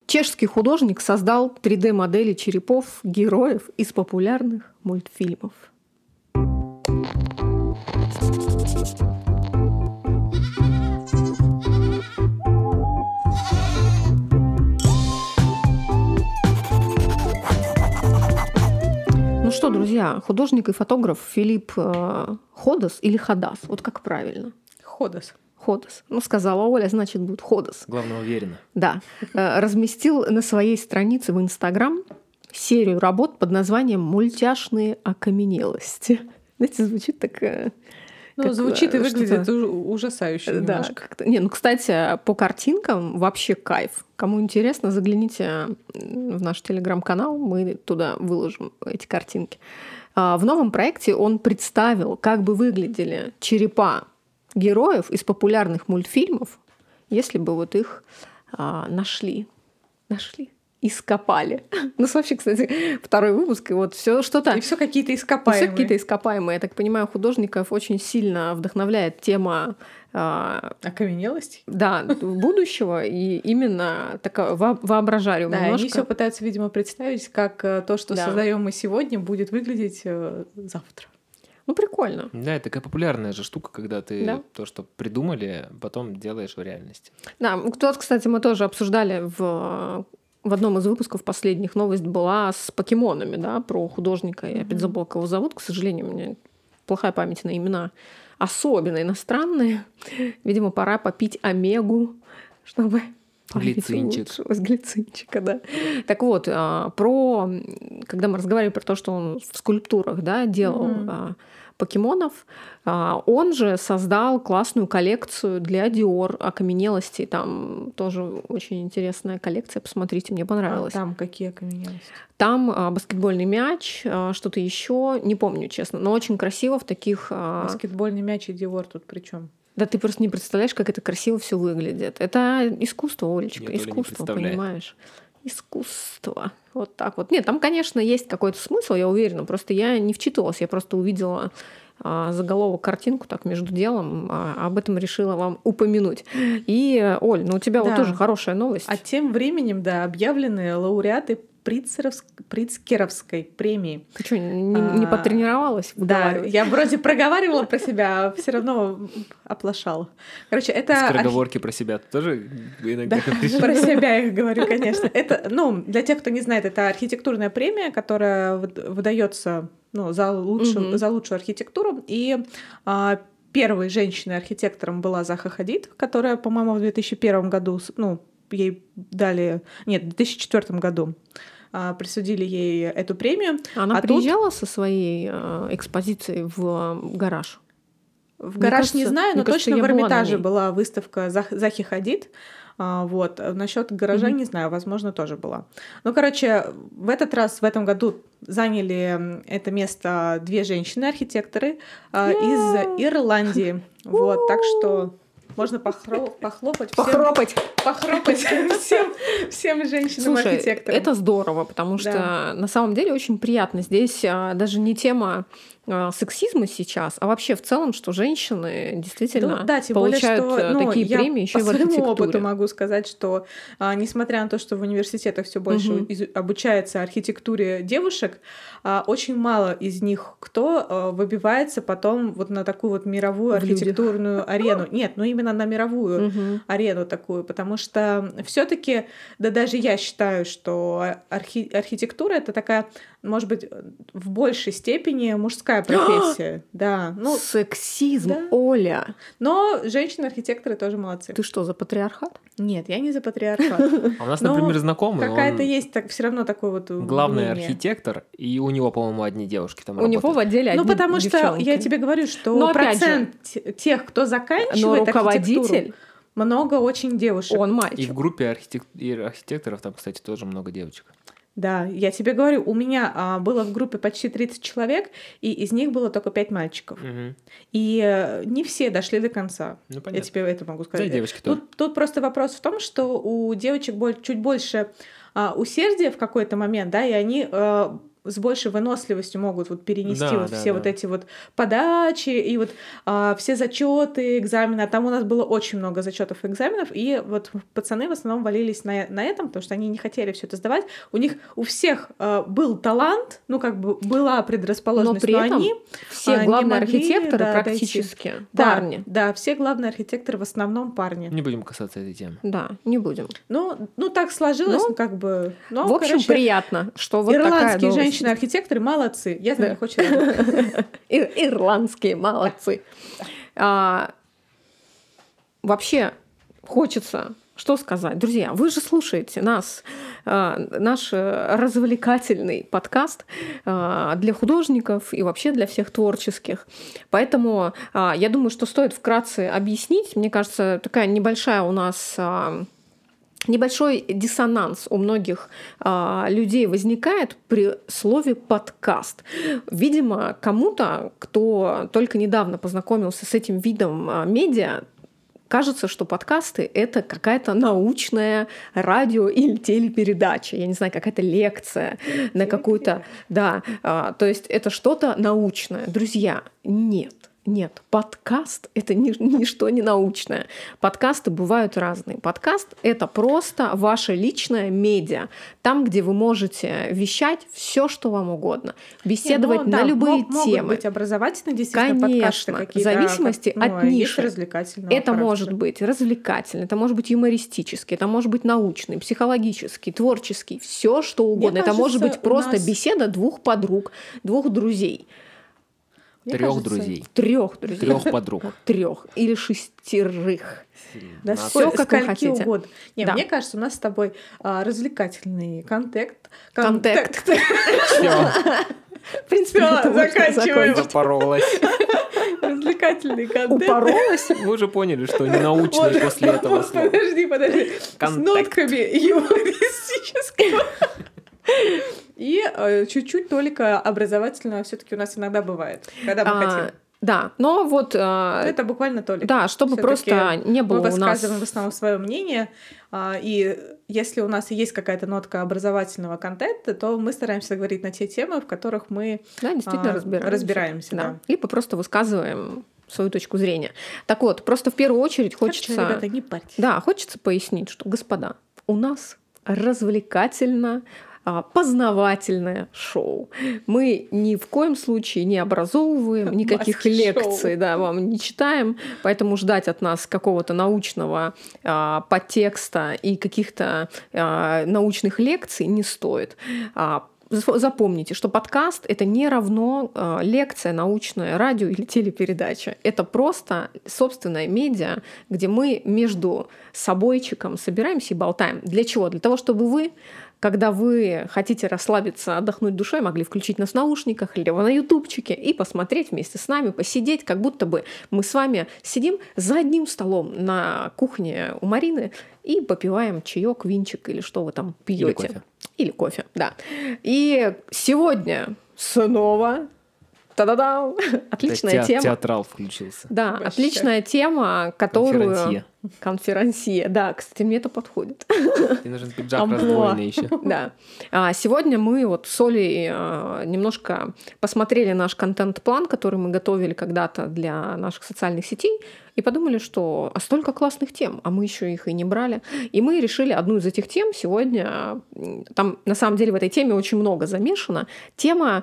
Чешский художник создал 3D-модели черепов героев из популярных мультфильмов. Ну что, друзья, художник и фотограф Филипп Ходос или Ходас? Вот как правильно? Ходос. Ходос. Ну, сказала Оля, значит, будет Ходос. Главное, уверенно. Да. Разместил на своей странице в Инстаграм серию работ под названием «Мультяшные окаменелости». Знаете, звучит так... Ну, звучит и выглядит ужасающе немножко. Да, не, ну, кстати, по картинкам вообще кайф. Кому интересно, загляните в наш телеграм-канал, мы туда выложим эти картинки. В новом проекте он представил, как бы выглядели черепа героев из популярных мультфильмов, если бы вот их нашли, ископали. Ну, вообще, кстати, второй выпуск, и вот все что-то... И все какие-то ископаемые. Все какие-то ископаемые. Я так понимаю, художников очень сильно вдохновляет тема... окаменелостей? Да, будущего, и именно такое воображариум. Да, немножко. они все пытаются, видимо, представить, как то, что создаем мы сегодня, будет выглядеть завтра. Ну, прикольно. Да, это такая популярная же штука, когда ты то, что придумали, потом делаешь в реальности. Да, тут, кстати, мы тоже обсуждали в одном из выпусков последних новость была с покемонами, да, про художника. Я опять забыла, кого зовут. К сожалению, у меня плохая память на имена. Особенно иностранные. Видимо, пора попить омегу, чтобы... Глицинчик. С глицинчика, да. Так вот, когда мы разговаривали про то, что он в скульптурах, да, делал покемонов, он же создал классную коллекцию для Dior окаменелостей. Там тоже очень интересная коллекция. Посмотрите, мне понравилось. Там какие окаменелости? Там баскетбольный мяч, что-то еще, не помню, честно, но очень красиво в таких... Баскетбольный мяч и Dior тут при чем? Да ты просто не представляешь, как это красиво все выглядит. Это искусство, Олечка, Нет, искусство, понимаешь? Искусство. Вот так вот. Нет, там, конечно, есть какой-то смысл, я уверена. Просто я не вчитывалась, я просто увидела заголовок, картинку так между делом, об этом решила вам упомянуть. И, Оль, ну у тебя вот тоже хорошая новость. А тем временем, да, объявлены лауреаты Прицкеровской премии. Ты что, не потренировалась? Да, я вроде проговаривала про себя, а все равно оплошала. Короче, это... Скороговорки про себя ты тоже иногда говоришь? Про себя я говорю, конечно. Это, для тех, кто не знает, это архитектурная премия, которая выдается за лучшую архитектуру. И первой женщиной-архитектором была Заха Хадид, которая, по-моему, в 2001 году, ей дали... Нет, в 2004 году присудили ей эту премию. Она приезжала со своей экспозицией в гараж? В гараж не знаю, но точно в Эрмитаже была выставка Захи Хадид. Вот. Насчет гаража не знаю, возможно, тоже была. В этот раз, в этом году заняли это место две женщины-архитекторы из Ирландии. Вот, так что... Можно похлопать всем женщинам-архитекторам. Слушай, это здорово, потому что на самом деле очень приятно. Здесь даже не тема сексизма сейчас, а вообще в целом, что женщины действительно получают такие премии еще и в архитектуре. По своему опыту могу сказать, что несмотря на то, что в университетах все больше обучается архитектуре девушек, очень мало из них кто выбивается потом вот на такую вот мировую архитектурную арену. Нет, именно на мировую арену такую, потому что все-таки, да даже я считаю, что архитектура это такая, может быть, в большей степени мужская профессия. Да. Сексизм, да. Оля. Но женщины-архитекторы тоже молодцы. Ты что, за патриархат? Нет, я не за патриархат. А у нас, например, знакомый. Какая-то есть все равно такой вот главный архитектор, и у него, по-моему, одни девушки там работают. У него в отделе одни потому девчонки. что я тебе говорю, что процент тех, кто заканчивает архитектуру, много очень девушек. Он мальчик. И в группе архитекторов там, кстати, тоже много девочек. Да, я тебе говорю, у меня было в группе почти 30 человек, и из них было только 5 мальчиков. И не все дошли до конца. Я тебе это могу сказать. Да, девочки тоже. Тут просто вопрос в том, что у девочек чуть больше усердия в какой-то момент, да, и они с большей выносливостью могут вот перенести все вот эти вот подачи и вот все зачеты, экзамены. А там у нас было очень много зачетов и экзаменов, и вот пацаны в основном валились на этом, потому что они не хотели все это сдавать. У всех был талант, ну как бы была предрасположенность, но при этом они все главные архитекторы практически парни. Да, все главные архитекторы в основном парни. Не будем касаться этой темы. Да, не будем. Ну так сложилось, как бы. Но, в общем, приятно, что вот такая ирландские женщины-архитекторы молодцы. Я за них очень рада. Ирландские молодцы. Вообще хочется что сказать. Друзья, вы же слушаете нас, наш развлекательный подкаст для художников и вообще для всех творческих. Поэтому я думаю, что стоит вкратце объяснить. Мне кажется, такая небольшая у нас... Небольшой диссонанс у многих людей возникает при слове «подкаст». Видимо, кому-то, кто только недавно познакомился с этим видом медиа, кажется, что подкасты — это какая-то научная радио- или телепередача, я не знаю, какая-то лекция на какую-то... Да, то есть это что-то научное. Друзья, нет, подкаст — это ничто не научное. Подкасты бывают разные. Подкаст — это просто ваше личное медиа. Там, где вы можете вещать все, что вам угодно. Беседовать на любые темы. Могут быть образовательные, действительно, подкасты какие-то. В зависимости от ниши. Это может быть развлекательный, это может быть юмористический, это может быть научный, психологический, творческий, все что угодно. Это может быть просто беседа двух подруг, двух друзей. Трех друзей. Трех подруг. 3 или 6. Да, все как вы хотите. Угодно. Мне кажется, у нас с тобой развлекательный контент. В принципе, заканчиваем. Запоролась. Развлекательный контент. Упоролась? Вы уже поняли, что ненаучный после этого слова. Подожди. С нотками юмористического. И чуть-чуть только образовательного все-таки у нас иногда бывает, когда мы хотим. Да, но вот... это буквально только. Да, чтобы просто не было у нас... Мы высказываем в основном свое мнение, и если у нас есть какая-то нотка образовательного контента, то мы стараемся говорить на те темы, в которых мы действительно разбираемся. Да. Либо просто высказываем свою точку зрения. Так вот, просто в первую очередь хочется... ребята, не парьтесь. Да, хочется пояснить, что, господа, у нас развлекательно познавательное шоу. Мы ни в коем случае не образовываем, никаких лекций вам не читаем, поэтому ждать от нас какого-то научного подтекста и каких-то научных лекций не стоит. Запомните, что подкаст — это не равно лекция, научное радио или телепередача. Это просто собственное медиа, где мы между собойчиком собираемся и болтаем. Для чего? Для того, чтобы вы, когда вы хотите расслабиться, отдохнуть душой, могли включить нас в наушниках или на ютубчике и посмотреть вместе с нами, посидеть, как будто бы мы с вами сидим за одним столом на кухне у Марины и попиваем чаек, винчик или что вы там пьете. Или кофе, да. И сегодня снова... Та-да-да! Отличная тема. Театрал включился. Да, отличная тема, которую... Конферансье. Да, кстати, мне это подходит. Тебе нужен пиджак раздвоенный еще. Да. Сегодня мы вот с Олей немножко посмотрели наш контент-план, который мы готовили когда-то для наших социальных сетей, и подумали, что столько классных тем, а мы еще их и не брали. И мы решили одну из этих тем сегодня... Там, на самом деле, в этой теме очень много замешано. Тема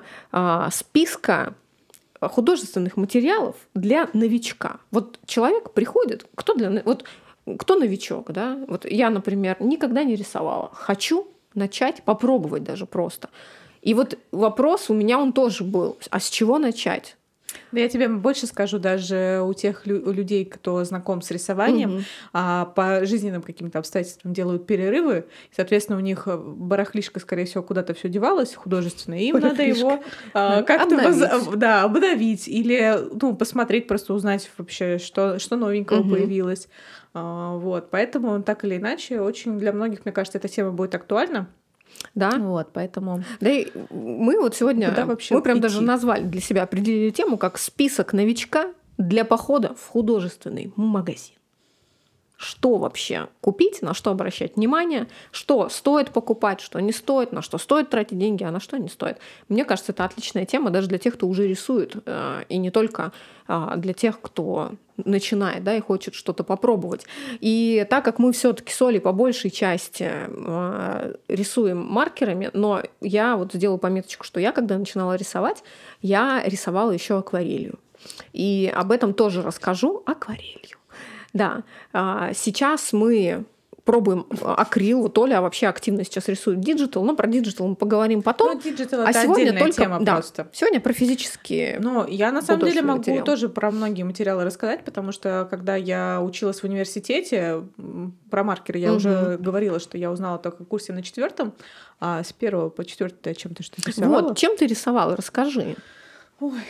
списка художественных материалов для новичка. Вот человек приходит, кто новичок, да? Вот я, например, никогда не рисовала. Хочу начать, попробовать даже просто. И вот вопрос у меня он тоже был. А с чего начать? Да, я тебе больше скажу, даже у тех людей, кто знаком с рисованием, по жизненным каким-то обстоятельствам делают перерывы, и, соответственно, у них барахлишко, скорее всего, куда-то все девалось художественное, и им надо его как-то обновить или посмотреть, просто узнать вообще, что новенького появилось. Вот, поэтому так или иначе, очень для многих, мне кажется, эта тема будет актуальна. Да. Вот, поэтому... Да и мы вот сегодня... Мы прям даже назвали для себя, определили тему как список новичка для похода в художественный магазин. что вообще купить, на что обращать внимание, что стоит покупать, что не стоит, на что стоит тратить деньги, а на что не стоит. Мне кажется, это отличная тема даже для тех, кто уже рисует, и не только для тех, кто начинает, да, и хочет что-то попробовать. И так как мы все-таки с Олей по большей части рисуем маркерами, но я вот сделала пометочку, что я, когда начинала рисовать, я рисовала еще акварелью. И об этом тоже расскажу. Акварелью. Да. Сейчас мы пробуем акрил. Вот Оля вообще активно сейчас рисует диджитал. Но про диджитал мы поговорим потом. Ну, диджитал — это отдельная тема просто. Сегодня про физические. Ну, я на самом деле могу тоже про многие материалы рассказать, потому что когда я училась в университете, про маркеры я уже говорила, что я узнала только в курсе на 4-м, а с 1 по 4 ты чем ты что рисовала? Вот, чем ты рисовала? Расскажи. Ой.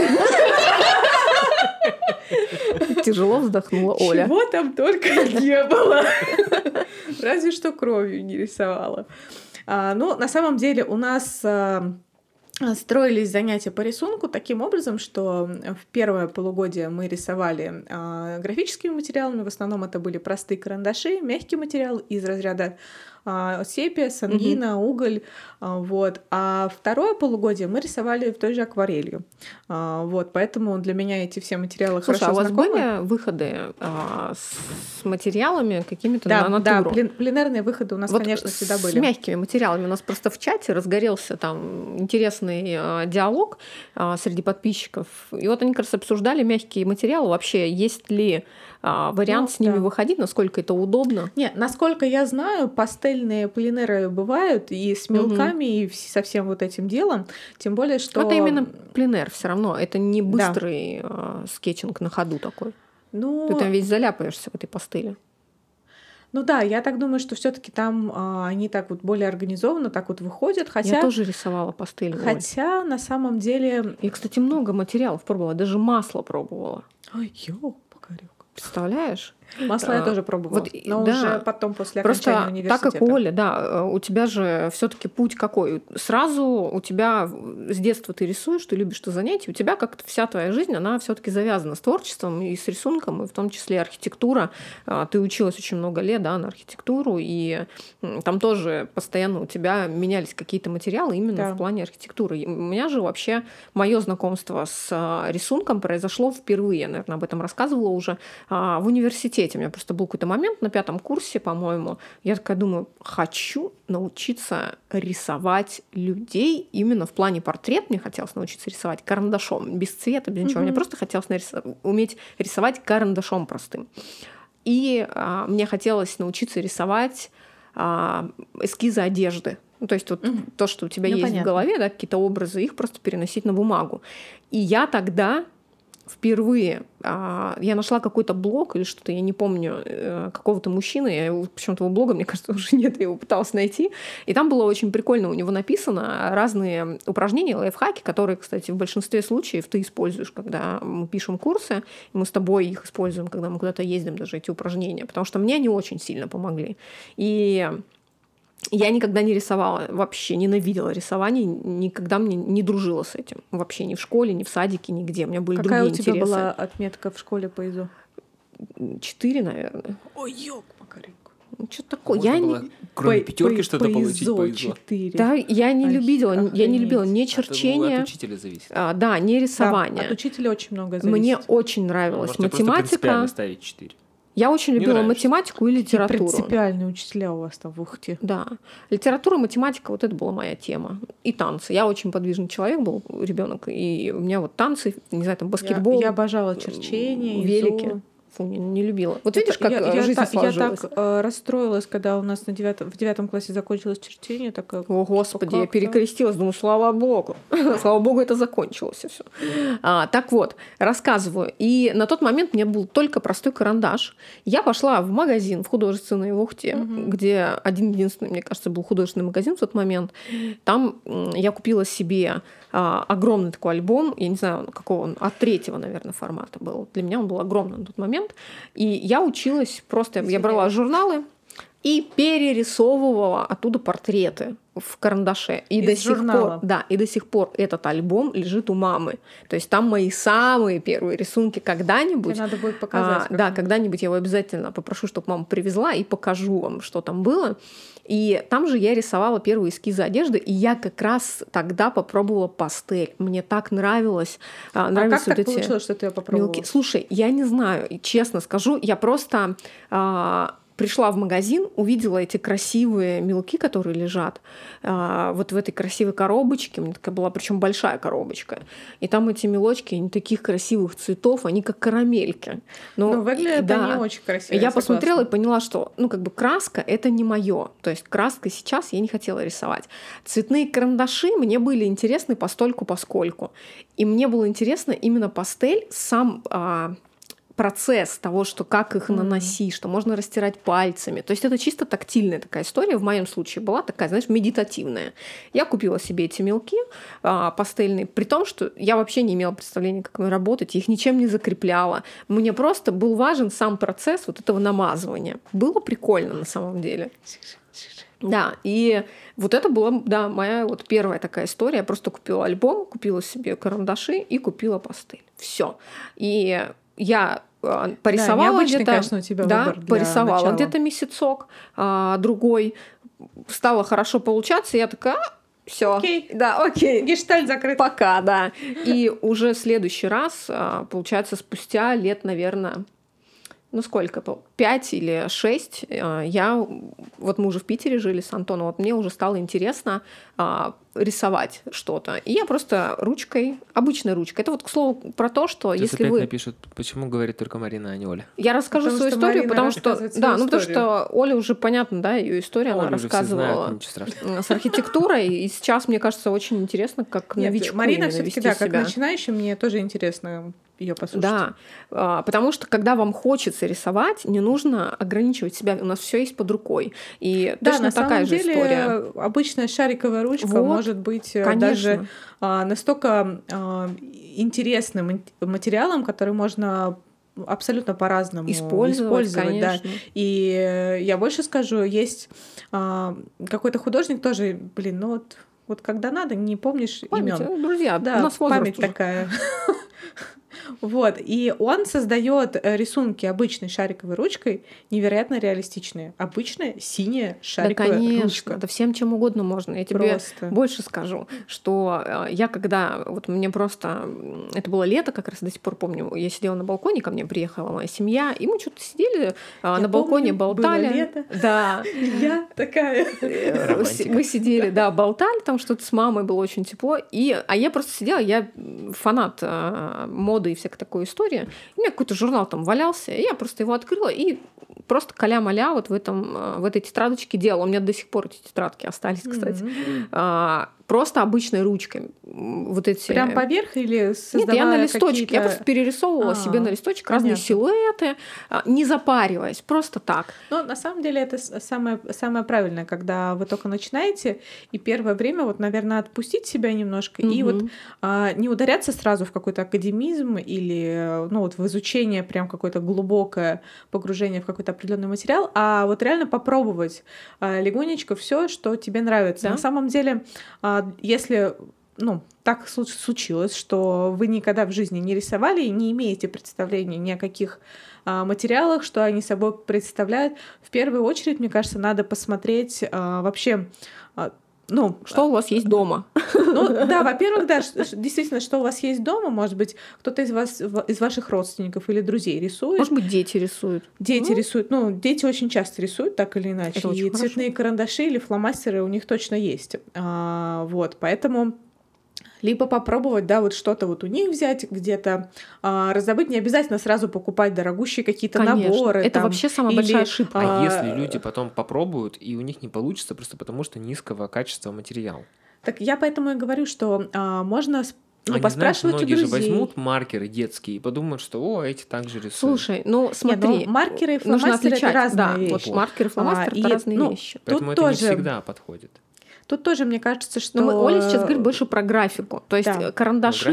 Тяжело вздохнула Оля. Чего там только не было. Разве что кровью не рисовала. Ну, на самом деле у нас строились занятия по рисунку таким образом, что в первое полугодие мы рисовали графическими материалами. В основном это были простые карандаши, мягкий материал из разряда сепия, сангина, уголь. Вот. А второе полугодие мы рисовали в той же акварелью. Вот. Поэтому для меня эти все материалы хорошо знакомы. А у вас были выходы с материалами какими-то на натуру? Да, пленэрные выходы у нас, вот, конечно, всегда были. С мягкими материалами. У нас просто в чате разгорелся там интересный диалог среди подписчиков. И вот они как раз обсуждали мягкие материалы. Вообще, есть ли вариант с ними выходить, насколько это удобно? Нет, насколько я знаю, пастельные пленеры бывают и с мелками, и со всем вот этим делом. Тем более, что... Это именно пленер все равно. Это не быстрый скетчинг на ходу такой. Ну... Ты там весь заляпаешься в этой пастели. Ну да, я так думаю, что все-таки там они так вот более организованно так вот выходят. Хотя... Я тоже рисовала пастель. Хотя на самом деле... Я, кстати, много материалов пробовала. Даже масло пробовала. Ой, ёлка-карёлка. Представляешь? Масло я тоже пробовала, вот, но да. Уже потом, после окончания просто университета. Так как Оля, да, у тебя же все-таки путь какой? Сразу у тебя с детства ты рисуешь, ты любишь это занятие, у тебя как-то вся твоя жизнь, она все-таки завязана с творчеством и с рисунком, и в том числе архитектура. Ты училась очень много лет, да, на архитектуру, и там тоже постоянно у тебя менялись какие-то материалы именно в плане архитектуры. И у меня же вообще мое знакомство с рисунком произошло впервые, я, наверное, об этом рассказывала уже, в университете. У меня просто был какой-то момент на 5-м курсе, по-моему, я такая думаю, хочу научиться рисовать людей именно в плане портрет. Мне хотелось научиться рисовать карандашом, без цвета, без ничего. Мне просто хотелось уметь рисовать карандашом простым. И мне хотелось научиться рисовать эскизы одежды. Ну, то есть вот то, что у тебя есть в голове, да, какие-то образы, их просто переносить на бумагу. И я тогда... Впервые я нашла какой-то блог или что-то, я не помню, какого-то мужчины, почему-то его блога, мне кажется, уже нет, я его пыталась найти, и там было очень прикольно, у него написано разные упражнения, лайфхаки, которые, кстати, в большинстве случаев ты используешь, когда мы пишем курсы, и мы с тобой их используем, когда мы куда-то ездим, даже эти упражнения, потому что мне они очень сильно помогли. И я никогда не рисовала, вообще ненавидела рисование, никогда мне не дружила с этим. Вообще ни в школе, ни в садике, нигде. У меня были другие интересы. Какая у тебя была отметка в школе по ИЗО? 4, наверное. Ой, ёлка-макарёлка. Ну, что такое? Я не... Кроме пятерки что-то получить по ИЗО. 4. Да, я не любила ни черчения. От учителя зависит. Да, не рисование. Да, от учителя очень много зависит. Мне очень нравилась математика. Принципиально ставить 4. Я очень любила математику и литературу. И принципиальные учителя у вас там в Ухте. Да. Литература, математика, вот это была моя тема. И танцы. Я очень подвижный человек был, ребенок, и у меня вот танцы, не знаю, там баскетбол. Я обожала черчение, велики. Фу, не любила. Вот видишь, как жизнь сложилась. Я так расстроилась, когда у нас в 9 классе закончилось черчение. Такая, о, Господи, я перекрестилась, думаю, слава Богу. Слава Богу, это закончилось и всё. Так вот, рассказываю. И на тот момент мне был только простой карандаш. Я пошла в магазин, в художественный в Ухте, где один-единственный, мне кажется, был художественный магазин в тот момент. Там я купила себе огромный такой альбом, я не знаю, какого он, от 3-го, наверное, формата был. Для меня он был огромный на тот момент. И я училась просто, я брала журналы, и перерисовывала оттуда портреты в карандаше. И из журнала. И до сих пор этот альбом лежит у мамы. То есть там мои самые первые рисунки когда-нибудь. Тебе надо будет показать. Да, когда-нибудь я его обязательно попрошу, чтобы мама привезла, и покажу вам, что там было. И там же я рисовала первые эскизы одежды, и я как раз тогда попробовала пастель. Мне так нравилось. Как так получилось, что ты ее попробовала? Мелки. Слушай, я не знаю, честно скажу, я просто... пришла в магазин, увидела эти красивые мелки, которые лежат вот в этой красивой коробочке. У меня такая была, причем большая коробочка. И там эти мелочки, они таких красивых цветов, они как карамельки. Но выглядят они очень красиво. Я посмотрела и поняла, что краска — это не моё. То есть краской сейчас я не хотела рисовать. Цветные карандаши мне были интересны постольку-поскольку. И мне было интересно именно пастель, сам... процесс того, что как их наносить, что можно растирать пальцами. То есть это чисто тактильная такая история. В моем случае была такая, знаешь, медитативная. Я купила себе эти мелки пастельные, при том, что я вообще не имела представления, как ими работать, их ничем не закрепляла. Мне просто был важен сам процесс вот этого намазывания. Было прикольно на самом деле. Да, и вот это была, да, моя вот первая такая история. Я просто купила альбом, купила себе карандаши и купила пастель. Все. И я порисовала где-то, конечно, у тебя выбор порисовала начала. где-то месяцок, другой, стало хорошо получаться, и я такая, все, окей. Да, окей, гештальт закрыт. Пока, да. И уже в следующий раз, получается, спустя лет, наверное, 5 или 6, вот мы уже в Питере жили с Антоном, вот мне уже стало интересно рисовать что-то. И я просто обычной ручкой. Это вот, к слову, про то, что сейчас если опять вы... напишут, почему говорит только Марина, а не Оля. Я расскажу свою историю, потому что Оля уже, понятно, да, ее история, она рассказывала с архитектурой, и сейчас, мне кажется, очень интересно, как новичку Марина все-таки, да, как начинающий, мне тоже интересно ее послушать. Да, потому что, когда вам хочется рисовать, не нужно ограничивать себя. У нас все есть под рукой. И точно такая же история. Обычная шариковая ручка может быть даже настолько интересным материалом, который можно абсолютно по-разному использовать. Да. И я больше скажу, есть какой-то художник тоже, вот когда надо, не помнишь имен. Друзья, да, у нас память такая. Вот, и он создает рисунки обычной шариковой ручкой невероятно реалистичные. Обычная синяя шариковая ручка. Да всем чем угодно можно. Я тебе больше скажу, что я когда... Вот мне просто... Это было лето, как раз до сих пор помню. Я сидела на балконе, ко мне приехала моя семья, и мы что-то сидели на балконе, болтали. Было лето. Да. Я такая... Мы сидели, да, болтали, там что-то с мамой, было очень тепло. А я просто сидела, я фанат моды и всякой такой истории. У меня какой-то журнал там валялся, и я просто его открыла и просто каля-маля вот в этой тетрадочке делала. У меня до сих пор эти тетрадки остались, кстати. Просто обычной ручкой. Вот эти... Прям поверх или создавая Нет, я на листочке. Я просто перерисовывала себе на листочек разные силуэты, не запариваясь, просто так. Но на самом деле это самое правильное, когда вы только начинаете, и первое время, вот, наверное, отпустить себя немножко, и вот не ударяться сразу в какой-то академизм или в изучение, прям какое-то глубокое погружение в какой-то определенный материал, а вот реально попробовать легонечко все, что тебе нравится. Да? На самом деле, если так случилось, что вы никогда в жизни не рисовали и не имеете представления ни о каких материалах, что они собой представляют, в первую очередь, мне кажется, надо посмотреть вообще... что у вас есть дома? Да, во-первых, да, действительно, что у вас есть дома, может быть, кто-то из ваших родственников или друзей рисует. Может быть, дети рисуют. Дети рисуют. Дети очень часто рисуют, так или иначе. И цветные карандаши или фломастеры у них точно есть. Поэтому либо попробовать, да, вот что-то вот у них взять, где-то раздобыть. Не обязательно сразу покупать дорогущие какие-то наборы. Это вообще самая большая ошибка. А если люди потом попробуют, и у них не получится просто потому, что низкого качества материал? Так я поэтому и говорю, что можно поспрашивать у друзей. Многие же возьмут маркеры детские и подумают, что эти также рисуют. Слушай, смотри. Маркеры и фломастеры — это разные вещи. Вот маркеры и фломастеры — это разные вещи. Поэтому это не всегда подходит. Тут тоже, мне кажется, что... Но Оля сейчас говорит больше про графику. То есть карандаши,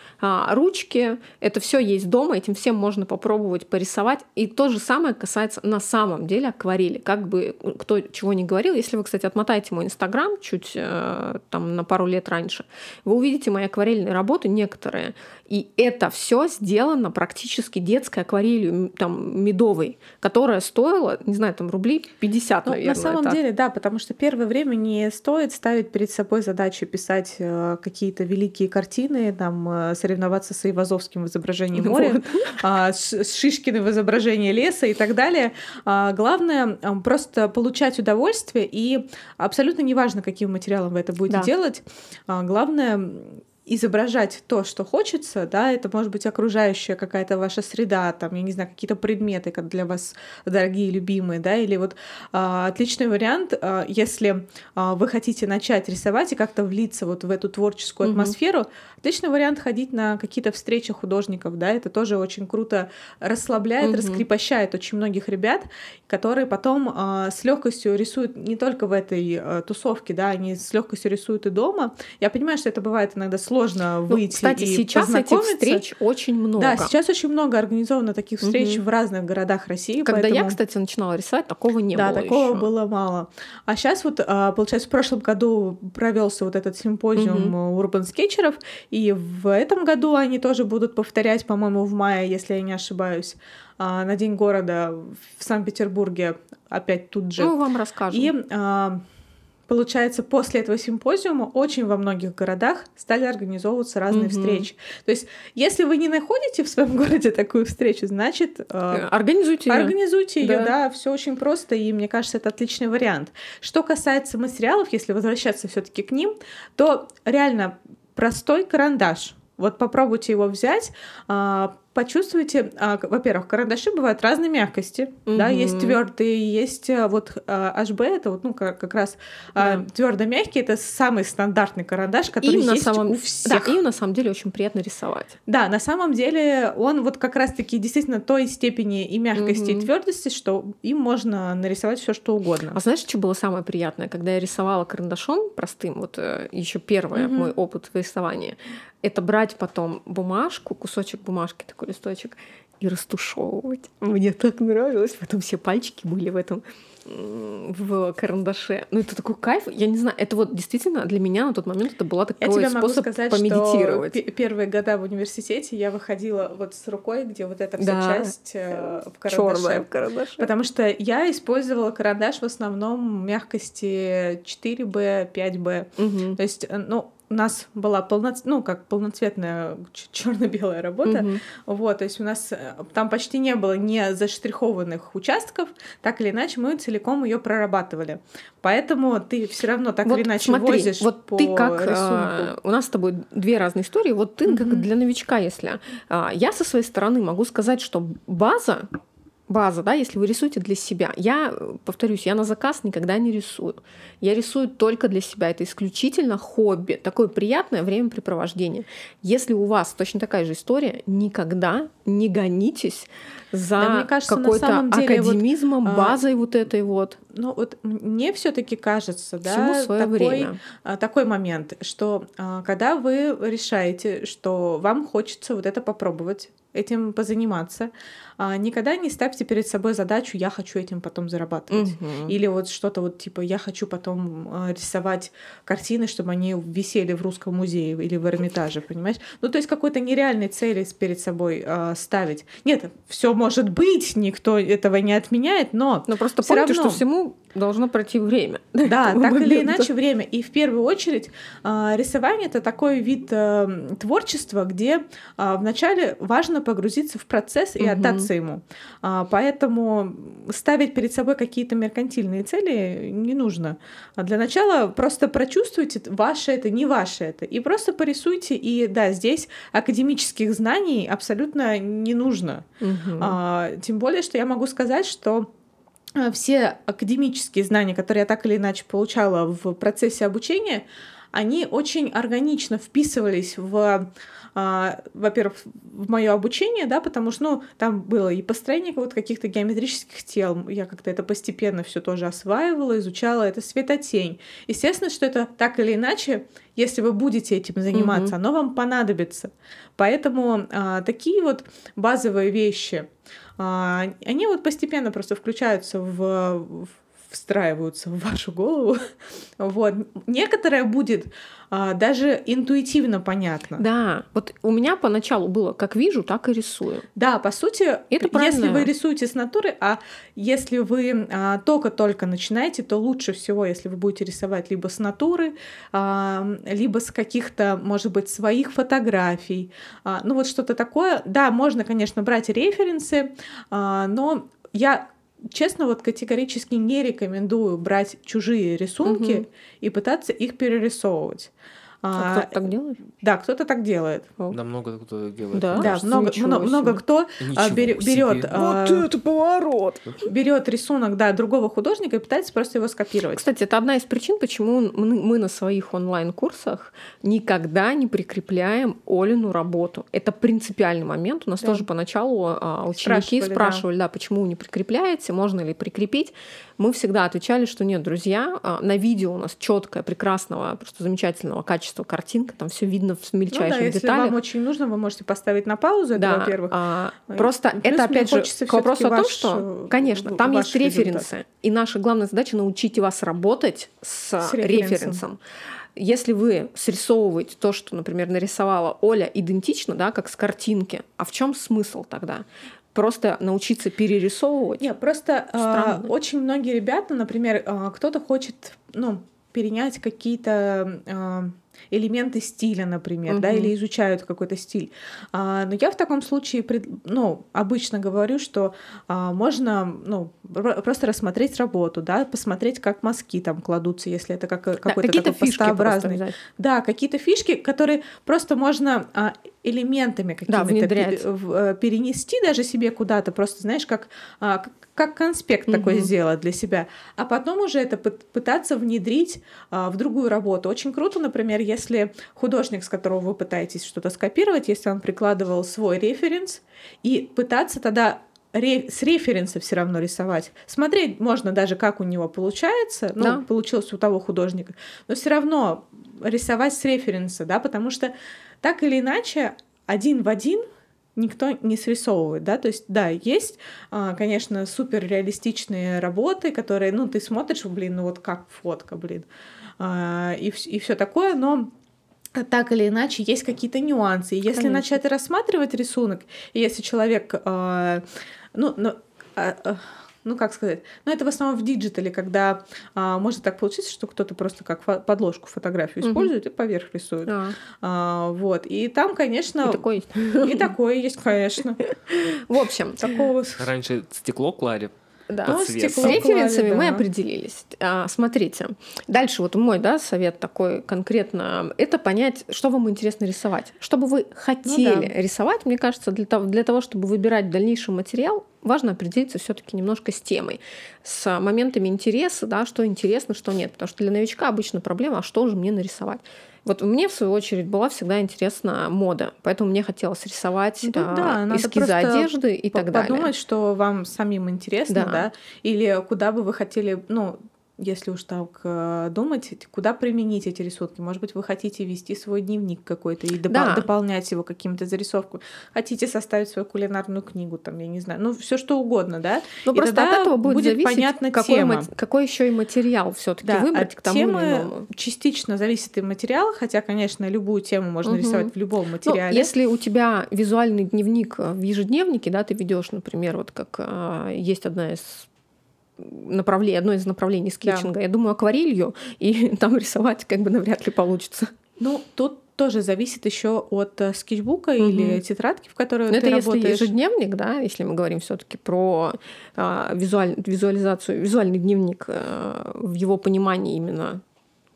ручки, это все есть дома, этим всем можно попробовать порисовать. И то же самое касается на самом деле акварели. Как бы кто чего не говорил, если вы, кстати, отмотаете мой Инстаграм чуть там на пару лет раньше, вы увидите мои акварельные работы некоторые. И это все сделано практически детской акварелью, там, медовой, которая стоила, не знаю, там рублей 50, наверное. На самом деле, да, потому что первое время не стоит ставить перед собой задачу писать какие-то великие картины, там, соревноваться с Айвазовским в изображении моря, с Шишкиным в изображении леса и так далее. Главное просто получать удовольствие, и абсолютно неважно, каким материалом вы это будете делать, главное изображать то, что хочется, да, это может быть окружающая какая-то ваша среда, там, я не знаю, какие-то предметы, как для вас дорогие, любимые, да, или вот отличный вариант, если вы хотите начать рисовать и как-то влиться вот в эту творческую атмосферу, отличный вариант ходить на какие-то встречи художников, да, это тоже очень круто расслабляет, раскрепощает очень многих ребят, которые потом с легкостью рисуют не только в этой тусовке, да, они с легкостью рисуют и дома. Я понимаю, что это бывает иногда сложно выйти, кстати, и сейчас этих встреч очень много. Да, сейчас очень много организовано таких встреч в разных городах России. Когда поэтому... я, кстати, начинала рисовать, такого не было. Да, такого ещё. было мало. А сейчас вот, получается, в прошлом году провелся вот этот симпозиум урбан-скетчеров, и в этом году они тоже будут повторять, по-моему, в мае, если я не ошибаюсь, на День города в Санкт-Петербурге, опять тут же. Ну, вам расскажем. И получается, после этого симпозиума очень во многих городах стали организовываться разные встречи. То есть, если вы не находите в своем городе такую встречу, значит, организуйте ее, да, все очень просто, и мне кажется, это отличный вариант. Что касается материалов, если возвращаться все-таки к ним, то реально простой карандаш. Вот попробуйте его взять, почувствуйте, во-первых, карандаши бывают разной мягкости, да, есть твердые, есть вот HB, это вот, ну, как раз твердо мягкий, это самый стандартный карандаш, который есть у всех. Да, им на самом деле очень приятно рисовать. Да, на самом деле он вот как раз-таки действительно той степени и мягкости, и твердости, что им можно нарисовать все что угодно. А знаешь, что было самое приятное, когда я рисовала карандашом простым, вот еще первый мой опыт рисования, это брать потом бумажку, кусочек бумажки, такой листочек, и растушевывать. Мне так нравилось. Потом все пальчики были в карандаше. Ну, это такой кайф. Я не знаю, это вот действительно для меня на тот момент это была такой способ помедитировать. Что первые года в университете я выходила вот с рукой, где вот эта вся часть в карандаше. Чёрная в карандаше. Потому что я использовала карандаш в основном мягкости 4B, 5B. То есть, ну, у нас была полноцветная черно-белая работа, вот, то есть у нас там почти не было не заштрихованных участков, так или иначе мы целиком ее прорабатывали, поэтому ты все равно так или иначе возишь вот по ты как, рисунку. У нас с тобой две разные истории, вот ты как для новичка, если я со своей стороны могу сказать, что база, да, если вы рисуете для себя. Я, повторюсь, я на заказ никогда не рисую. Я рисую только для себя. Это исключительно хобби, такое приятное времяпрепровождение. Если у вас точно такая же история, никогда не гонитесь за какой-то академизмом, базой вот этой вот. Ну вот мне все-таки кажется, всему да, свое время. Такой момент, что когда вы решаете, что вам хочется вот это попробовать, этим позаниматься, никогда не ставьте перед собой задачу «я хочу этим потом зарабатывать». Или вот что-то вот типа «я хочу потом рисовать картины, чтобы они висели в Русском музее или в Эрмитаже», понимаешь? Ну, то есть какой-то нереальной цели перед собой ставить. Нет, все может быть, никто этого не отменяет, но просто помните, что всему должно пройти время. Да, так или иначе время. И в первую очередь рисование — это такой вид творчества, где вначале важно погрузиться в процесс и отдаться ему. Поэтому ставить перед собой какие-то меркантильные цели не нужно. Для начала просто прочувствуйте, ваше это, не ваше это, и просто порисуйте. И да, здесь академических знаний абсолютно не нужно. Тем более, что я могу сказать, что все академические знания, которые я так или иначе получала в процессе обучения, они очень органично вписывались во-первых, в мое обучение, да, потому что, ну, там было и построение вот каких-то геометрических тел, я как-то это постепенно все тоже осваивала, изучала, это светотень. Естественно, что это так или иначе, если вы будете этим заниматься, оно вам понадобится. Поэтому такие вот базовые вещи, они вот постепенно просто включаются встраиваются в вашу голову. Вот. Некоторое будет даже интуитивно понятно. Да, вот у меня поначалу было как вижу, так и рисую. Да, по сути, это если вы рисуете с натуры, а если вы только-только начинаете, то лучше всего, если вы будете рисовать либо с натуры, либо с каких-то, может быть, своих фотографий. Ну вот что-то такое. Да, можно, конечно, брать референсы, но я честно, вот категорически не рекомендую брать чужие рисунки и пытаться их перерисовывать. Кто-то так делает? Да, кто-то так делает. Да, много кто делает. Да, много кто берет. Вот это поворот! Берет рисунок, да, другого художника и пытается просто его скопировать. Кстати, это одна из причин, почему мы на своих онлайн-курсах никогда не прикрепляем Олину работу. Это принципиальный момент. У нас тоже поначалу ученики спрашивали, да, почему не прикрепляете, можно ли прикрепить. Мы всегда отвечали, что нет, друзья, на видео у нас четкая, прекрасного, просто замечательного качества картинка, там все видно в мельчайших деталях. Если вам очень нужно, вы можете поставить на паузу, это, во-первых. Просто это, опять же, к вопросу о том, что, конечно, там есть референсы, и наша главная задача — научить вас работать с референсом. Если вы срисовываете то, что, например, нарисовала Оля, идентично, да, как с картинки, а в чем смысл тогда? Просто научиться перерисовывать? Нет, просто очень многие ребята, например, кто-то хочет, перенять какие-то элементы стиля, например, да, или изучают какой-то стиль. Но я в таком случае, обычно говорю, что можно, просто рассмотреть работу, да, посмотреть, как мазки там кладутся, если это какой-то такой пастообразный. Да, какие-то фишки, которые просто можно элементами какими-то перенести даже себе куда-то, просто, знаешь, как конспект такой сделать для себя, а потом уже это пытаться внедрить в другую работу. Очень круто, например, если художник, с которого вы пытаетесь что-то скопировать, если он прикладывал свой референс, и пытаться тогда с референса все равно рисовать. Смотреть можно даже, как у него получается, получилось у того художника, но все равно рисовать с референса, да, потому что так или иначе один в один никто не срисовывает, да, то есть, да, есть, конечно, суперреалистичные работы, которые, ты смотришь, вот как фотка, и все такое, но так или иначе есть какие-то нюансы. И если начать рассматривать рисунок, и если человек, как сказать, это в основном в диджитале, когда может так получиться, что кто-то просто как подложку фотографию использует и поверх рисует. Вот. И там, конечно... И такое есть, конечно. В общем, такого... Раньше стекло клали. Да, с референсами мы определились. Смотрите, дальше вот мой совет такой конкретно, это понять, что вам интересно рисовать. Что бы вы хотели рисовать, мне кажется, для того, чтобы выбирать в дальнейшем материал, важно определиться все-таки немножко с темой, с моментами интереса, да, что интересно, что нет. Потому что для новичка обычно проблема, а что же мне нарисовать? Вот мне, в свою очередь, была всегда интересна мода, поэтому мне хотелось рисовать эскизы одежды и так далее. Подумать, что вам самим интересно, да, или куда бы вы хотели, если уж так думать, куда применить эти рисунки. Может быть, вы хотите вести свой дневник какой-то и дополнять его каким-то зарисовкой. Хотите составить свою кулинарную книгу, там, я не знаю, все что угодно, да? Но просто от этого будет зависеть, какой еще и материал все-таки выбрать к тому или иному. Частично зависит и материал, хотя, конечно, любую тему можно рисовать в любом материале. Если у тебя визуальный дневник в ежедневнике, да, ты ведешь, например, вот как есть одно из направлений скетчинга. Да. Я думаю, акварелью, и там рисовать навряд ли получится. Тут тоже зависит еще от скетчбука или тетрадки, в которой ты работаешь. Это если ежедневник, да, если мы говорим все-таки про визуализацию, визуальный дневник в его понимании именно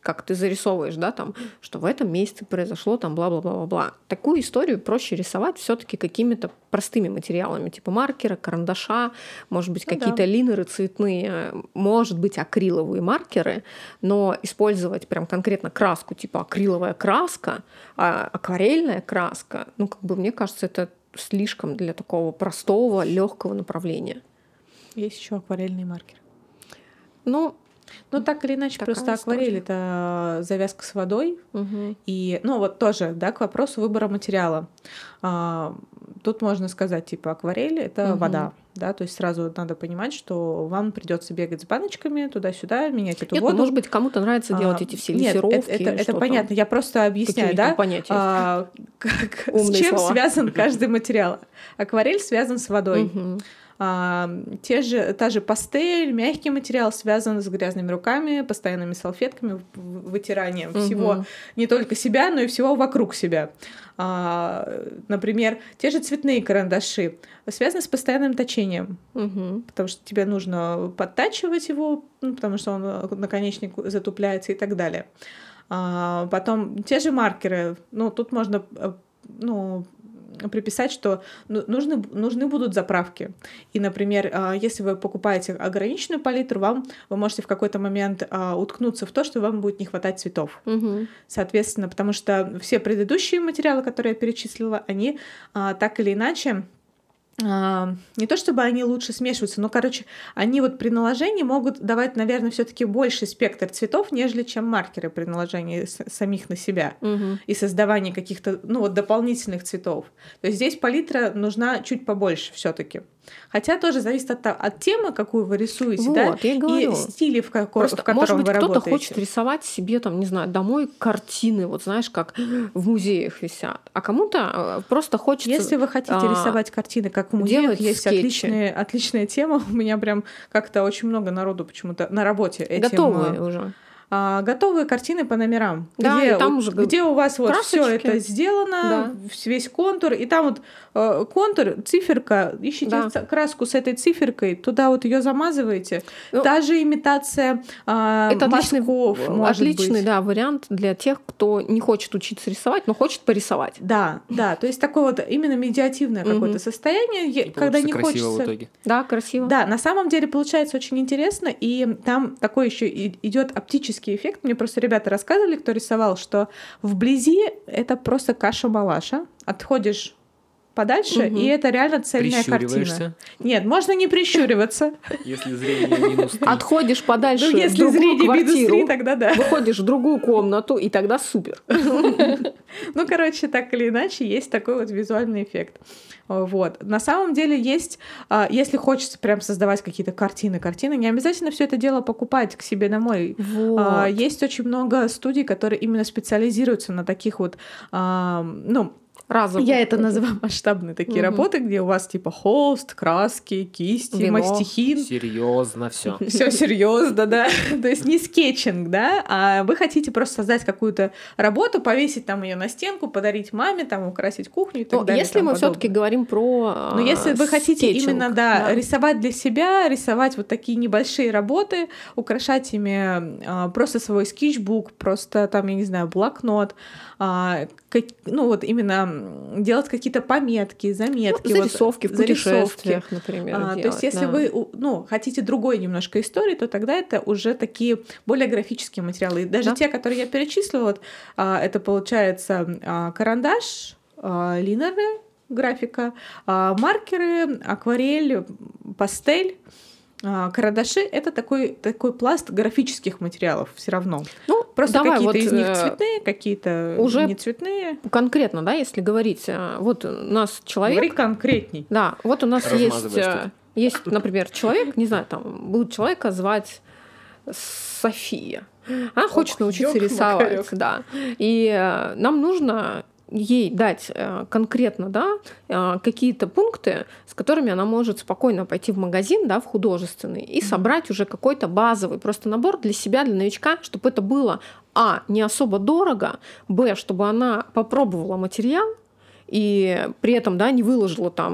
как ты зарисовываешь, да, там, что в этом месяце произошло там бла-бла-бла-бла. Такую историю проще рисовать все-таки какими-то простыми материалами, типа маркера, карандаша, может быть, какие-то линеры цветные, может быть, акриловые маркеры, но использовать прям конкретно краску, типа акриловая краска, акварельная краска, ну, как бы, мне кажется, это слишком для такого простого, легкого направления. Есть еще акварельный маркер. Ну, так или иначе, просто акварель — это завязка с водой. И, вот тоже, да, к вопросу выбора материала. Тут можно сказать, типа, акварель — это вода. Да, то есть сразу надо понимать, что вам придется бегать с баночками туда-сюда, менять эту воду. Может быть, кому-то нравится делать эти все лессировки. Это понятно. Я просто объясняю, да, с чем связан каждый материал. Акварель связан с водой. Та же пастель, мягкий материал связан с грязными руками, постоянными салфетками, вытиранием всего, не только себя, но и всего вокруг себя. Например, те же цветные карандаши связаны с постоянным точением, потому что тебе нужно подтачивать его, потому что он наконечник затупляется и так далее. Потом те же маркеры, тут можно приписать, что нужны будут заправки. И, например, если вы покупаете ограниченную палитру, вы можете в какой-то момент уткнуться в то, что вам будет не хватать цветов. Соответственно, потому что все предыдущие материалы, которые я перечислила, они так или иначе не то чтобы они лучше смешиваются, но, они вот при наложении могут давать, наверное, все-таки больший спектр цветов, нежели чем маркеры при наложении самих на себя и создавании каких-то, дополнительных цветов. То есть здесь палитра нужна чуть побольше все-таки. Хотя тоже зависит от темы, какую вы рисуете, и стиля, в котором может быть, вы работаете. Кто-то хочет рисовать себе, там, не знаю, домой картины, вот знаешь, как в музеях висят. А кому-то просто хочется... Если вы хотите рисовать картины, как в музеях, есть отличная тема. У меня прям как-то очень много народу почему-то на работе этим... Готовые уже. Готовые картины по номерам, где у вас вот все это сделано, весь контур, и там вот контур, циферка, ищите краску с этой циферкой, туда вот ее замазываете. Та же имитация мазков, отличный вариант для тех, кто не хочет учиться рисовать, но хочет порисовать. Да, то есть такое вот именно медиативное какое-то состояние, когда не хочется. В итоге. Да, красиво. Да, на самом деле получается очень интересно, и там такой еще идет оптический эффект. Мне просто ребята рассказывали, кто рисовал, что вблизи это просто каша-малаша. Отходишь подальше, и это реально цельная картина. Нет, можно не прищуриваться. Если зрение минус 3. Отходишь подальше в другую квартиру, тогда выходишь в другую комнату, и тогда супер. Так или иначе, есть такой вот визуальный эффект. Вот. На самом деле есть, если хочется прям создавать какие-то картины, не обязательно все это дело покупать к себе домой. Вот. Есть очень много студий, которые именно специализируются на таких вот, разовые. Я это называю масштабные такие работы, где у вас типа холст, краски, кисти, мастихин. Серьезно все. Все серьезно, да. То есть не скетчинг, да, а вы хотите просто создать какую-то работу, повесить там ее на стенку, подарить маме, там украсить кухню и так далее. Если мы все-таки говорим про но если вы хотите скетчинг, именно рисовать для себя, рисовать вот такие небольшие работы, украшать ими просто свой скетчбук, просто там, я не знаю, блокнот, вот именно делать какие-то пометки, заметки. Зарисовки в путешествиях, например. То есть если вы хотите другой немножко истории, то тогда это уже такие более графические материалы. И даже те, которые я перечислила, это получается карандаш, линеры, графика, маркеры, акварель, пастель. Карандаши — это такой пласт графических материалов все равно. Просто какие-то из них цветные, какие-то уже не цветные. Конкретно, да, если говорить, вот у нас человек... Говори конкретней. Да, вот у нас есть, например, человек, не знаю, там, будут человека звать София. Она хочет научиться рисовать, да. И нам нужно ей дать конкретно, да, какие-то пункты, с которыми она может спокойно пойти в магазин, да, в художественный, и собрать уже какой-то базовый просто набор для себя, для новичка, чтобы это было, не особо дорого, чтобы она попробовала материал и при этом, да, не выложила там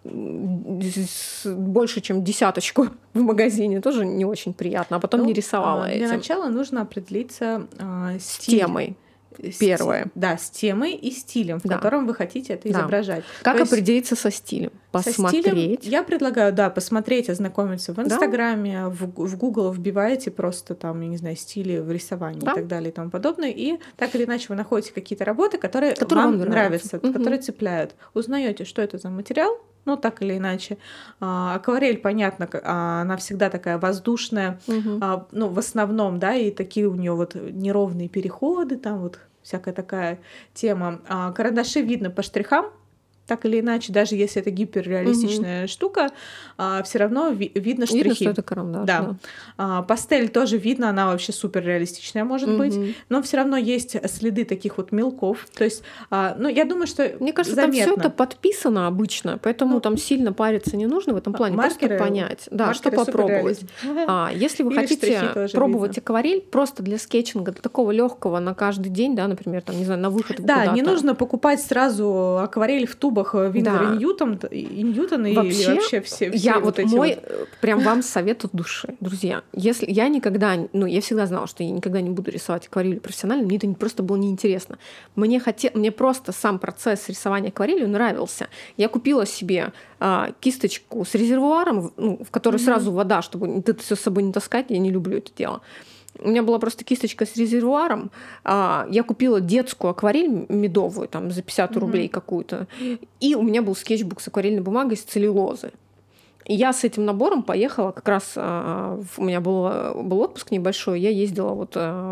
больше, чем десяточку в магазине, тоже не очень приятно, а потом не рисовала этим. Для начала нужно определиться с темой. Первое. Да, с темой и стилем, в котором вы хотите это изображать. Как определиться со стилем? Посмотреть. Со стилем я предлагаю, посмотреть, ознакомиться в Инстаграме, в Google вбиваете просто там, я не знаю, стили в рисовании и так далее и тому подобное. И так или иначе вы находите какие-то работы, которые вам нравятся, которые цепляют. Узнаете, что это за материал, так или иначе. Акварель, понятно, она всегда такая воздушная, в основном, и такие у нее вот неровные переходы, там вот всякая такая тема. Карандаши видно по штрихам, так или иначе, даже если это гиперреалистичная штука, все равно видно штрихи. Видно, что это карандаш. Да. Пастель тоже видно, она вообще суперреалистичная может быть, но все равно есть следы таких вот мелков. То есть, я думаю, что мне кажется, заметно. там все это подписано обычно, поэтому там сильно париться не нужно в этом плане. Маркеры, просто понять, что попробовать. Если вы хотите пробовать акварель просто для скетчинга, для такого легкого на каждый день, например, там, не знаю, на выход куда-то. Да, не нужно покупать сразу акварель в тубах Виндер и Ньютон и вообще все я вот эти прям вам совет от души, друзья. Если я никогда, я всегда знала, что я никогда не буду рисовать акварелью профессионально, мне это просто было неинтересно. Мне просто сам процесс рисования акварелью нравился. Я купила себе кисточку с резервуаром, в которой сразу вода, чтобы это все с собой не таскать, я не люблю это дело. У меня была просто кисточка с резервуаром. Я купила детскую акварель медовую, там, за 50 рублей какую-то. И у меня был скетчбук с акварельной бумагой с целлюлозы. И я с этим набором поехала, как раз у меня был отпуск небольшой, я ездила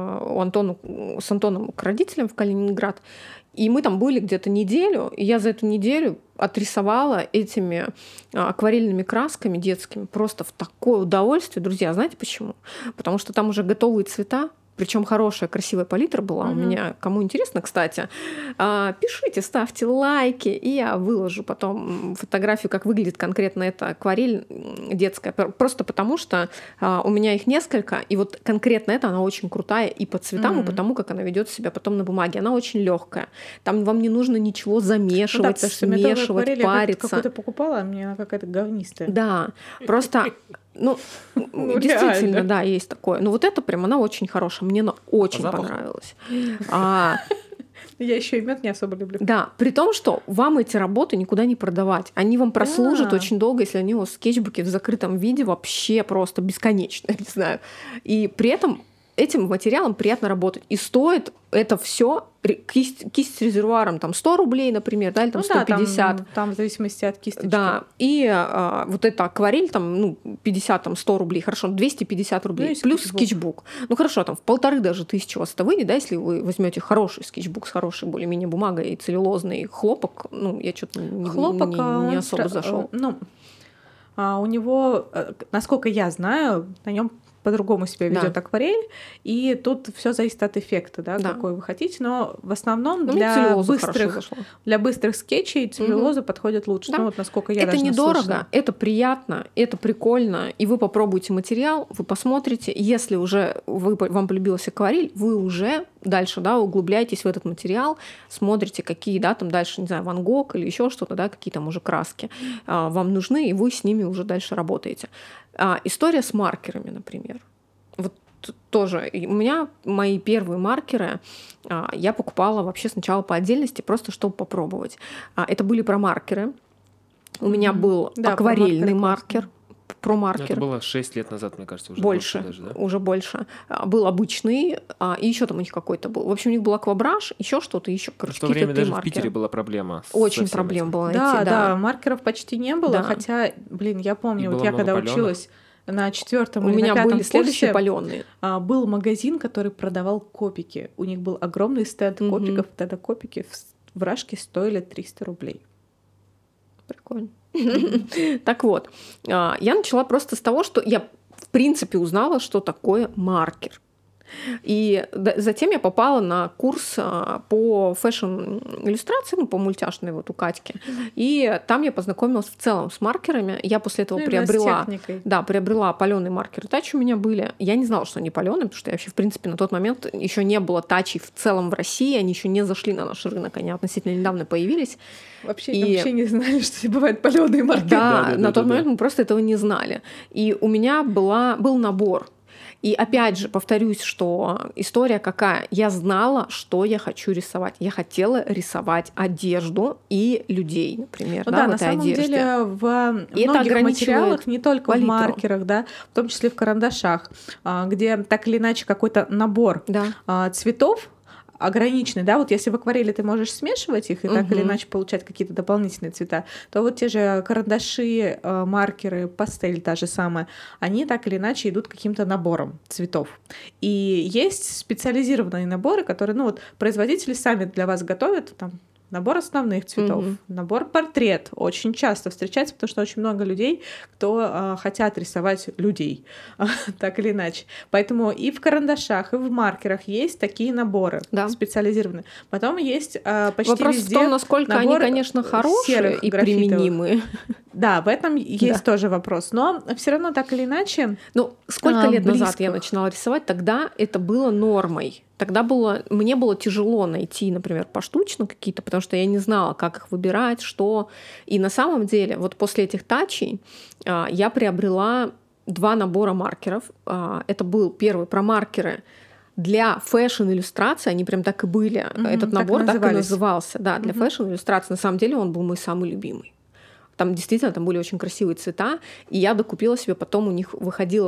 с Антоном к родителям в Калининград, и мы там были где-то неделю, и я за эту неделю отрисовала этими акварельными красками детскими просто в такое удовольствие. Друзья, знаете почему? Потому что там уже готовые цвета, причем хорошая, красивая палитра была у меня. Кому интересно, кстати, пишите, ставьте лайки, и я выложу потом фотографию, как выглядит конкретно эта акварель детская. Просто потому что у меня их несколько, и вот конкретно эта, она очень крутая и по цветам, и по тому, как она ведет себя потом на бумаге. Она очень легкая. Там вам не нужно ничего замешивать, смешивать, париться. Я какую-то покупала, а мне она какая-то говнистая. Да, просто... действительно, да, есть такое. Но вот это прям, она очень хорошая. Мне она очень понравилась. Я еще и мед не особо люблю. Да, при том, что вам эти работы никуда не продавать. Они вам прослужат очень долго, если они у вас в скетчбуке в закрытом виде вообще просто бесконечно, не знаю. И при этом этим материалом приятно работать. И стоит это все кисть с резервуаром там 100 рублей, например, или там 150. Да, там в зависимости от кисточки. Да, и вот эта акварель там, 50, там 100 рублей, хорошо, 250 рублей, плюс скетчбук. Хорошо, там в 1500 даже тысячи у вас это выйдет, если вы возьмете хороший скетчбук с хорошей более-менее бумагой и целлюлозный хлопок, я что-то не особо зашел. У него, насколько я знаю, на нем по-другому себя ведет акварель, и тут все зависит от эффекта, какой вы хотите, но в основном для быстрых скетчей целлюлоза подходит лучше. Насколько я это недорого, это приятно, это прикольно, и вы попробуйте материал, вы посмотрите, если уже вам полюбилась акварель, вы уже дальше углубляетесь в этот материал, смотрите, какие там дальше, не знаю, Ван Гог или еще что-то, какие там уже краски вам нужны, и вы с ними уже дальше работаете. История с маркерами, например. Вот тоже у меня мои первые маркеры я покупала вообще сначала по отдельности, просто чтобы попробовать. Это были промаркеры. У меня был акварельный маркер. Промаркер. Это было 6 лет назад, мне кажется, уже больше. Даже, да? Уже больше. Был обычный, и еще там у них какой-то был. В общем, у них был аквабраш, еще что-то, еще. В то время даже в Питере была проблема. Очень проблема была найти. Да, маркеров почти не было, хотя, я помню, я когда училась на 4-м или на 5-м курсе, были следующие палёные. Был магазин, который продавал копики. У них был огромный стенд копиков. Тогда копики в Рашке стоили 300 рублей. Прикольно. Так вот, я начала просто с того, что я в принципе узнала, что такое маркер. И затем я попала на курс по фэшн-иллюстрации, по мультяшной вот у Катьки. И там я познакомилась в целом с маркерами. Я после этого приобрела палёные маркеры. Тачи у меня были. Я не знала, что они палёные, потому что я вообще, в принципе, на тот момент еще не было тачей в целом в России. Они еще не зашли на наш рынок. Они относительно недавно появились. Вообще не знали, что бывают палёные маркеры. Да, на тот момент мы просто этого не знали. И у меня был набор. И опять же, повторюсь, что история какая? Я знала, что я хочу рисовать. Я хотела рисовать одежду и людей, например, в этой на самом одежде. Деле в многих материалах, не только в маркерах, да, в том числе в карандашах, где так или иначе какой-то набор цветов ограниченный, да, вот если в акварели ты можешь смешивать их и так или иначе получать какие-то дополнительные цвета, то вот те же карандаши, маркеры, пастель та же самая, они так или иначе идут каким-то набором цветов. И есть специализированные наборы, которые, производители сами для вас готовят, там, набор основных цветов, набор портрет очень часто встречается, потому что очень много людей, кто хотят рисовать людей, так или иначе. Поэтому и в карандашах, и в маркерах есть такие наборы специализированные. Потом есть почти вопрос везде в том, насколько они, конечно, хорошие и применимые. Да, в этом есть тоже вопрос. Но все равно так или иначе. Сколько лет назад я начинала рисовать, тогда это было нормой. Тогда мне было тяжело найти, например, поштучно какие-то, потому что я не знала, как их выбирать, что. И на самом деле, вот после этих тачей я приобрела 2 набора маркеров. Это был первый про маркеры для фэшн-иллюстрации, они прям так и были. Этот набор так и назывался. Да, для фэшн-иллюстрации. На самом деле он был мой самый любимый. Там действительно были очень красивые цвета, и я докупила себе, потом у них выходил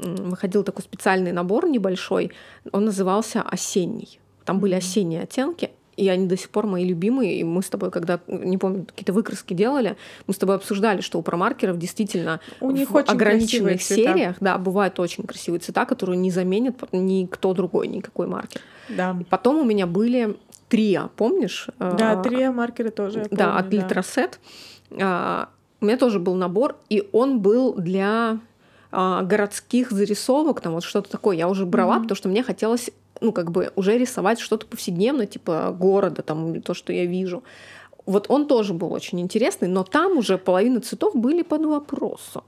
такой специальный набор небольшой, он назывался «Осенний». Там были осенние оттенки, и они до сих пор мои любимые, и мы с тобой, когда, не помню, какие-то выкраски делали, мы с тобой обсуждали, что у промаркеров действительно у них в ограниченных сериях бывают очень красивые цвета, которые не заменит никто другой, никакой маркер. Да. Потом у меня были Триа, помнишь? Да, Триа маркеры тоже. Да, от Литросет. У меня тоже был набор, и он был для городских зарисовок, там вот что-то такое. Я уже брала, потому что мне хотелось, уже рисовать что-то повседневное, типа города, там, или то, что я вижу. Вот он тоже был очень интересный, но там уже половина цветов были под вопросом.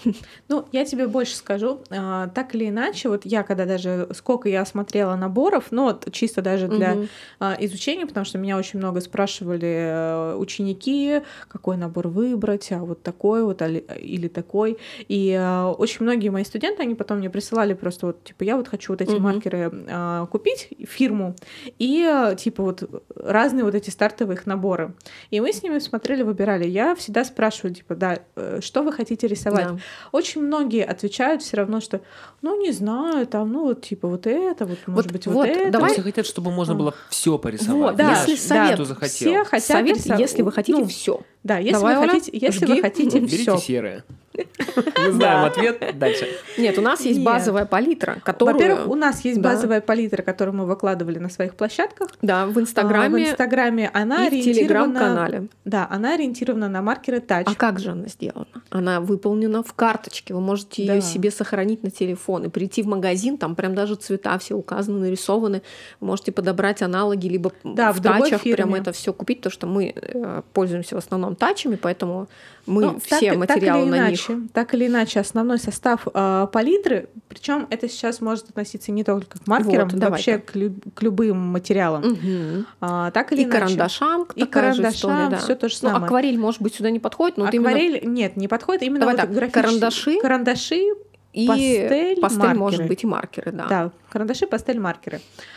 Я тебе больше скажу, так или иначе, вот я когда даже, сколько я смотрела наборов, чисто даже для изучения, потому что меня очень много спрашивали ученики, какой набор выбрать, вот такой вот или такой, и очень многие мои студенты, они потом мне присылали просто я вот хочу вот эти маркеры купить, фирму, и разные вот эти стартовые их наборы, и мы с ними смотрели, выбирали, я всегда спрашиваю, что вы хотите рисовать? Да. Очень многие отвечают все равно, что, не знаю, там, вот это, может быть, вот это. Давай. Все хотят, чтобы можно было все порисовать. Если совет, что захотел. Все хотят совет, если вы хотите все. Да, если вы хотите все. Берите серые. Мы знаем ответ. Дальше. Нет, у нас есть базовая палитра, которую... Во-первых, у нас есть базовая палитра, которую мы выкладывали на своих площадках. Да, в Инстаграме. В Инстаграме она и в Телеграм-канале. Да, она ориентирована на маркеры тач. А как же она сделана? Она выполнена в карточке. Вы можете ее себе сохранить на телефон и прийти в магазин, там прям даже цвета все указаны, нарисованы. Вы можете подобрать аналоги, либо в тачах прям это все купить, потому что мы пользуемся в основном тачами, поэтому мы все материалы на них. Так или иначе, основной состав палитры, причем это сейчас может относиться не только к маркерам, вообще к любым материалам. Так или иначе. Карандашам, и карандашам, все то же самое. Акварель, может быть, сюда не подходит, но акварель нет, не подходит. Именно карандаши и пастель может быть и маркеры, да. Да, карандаши, пастель, маркеры.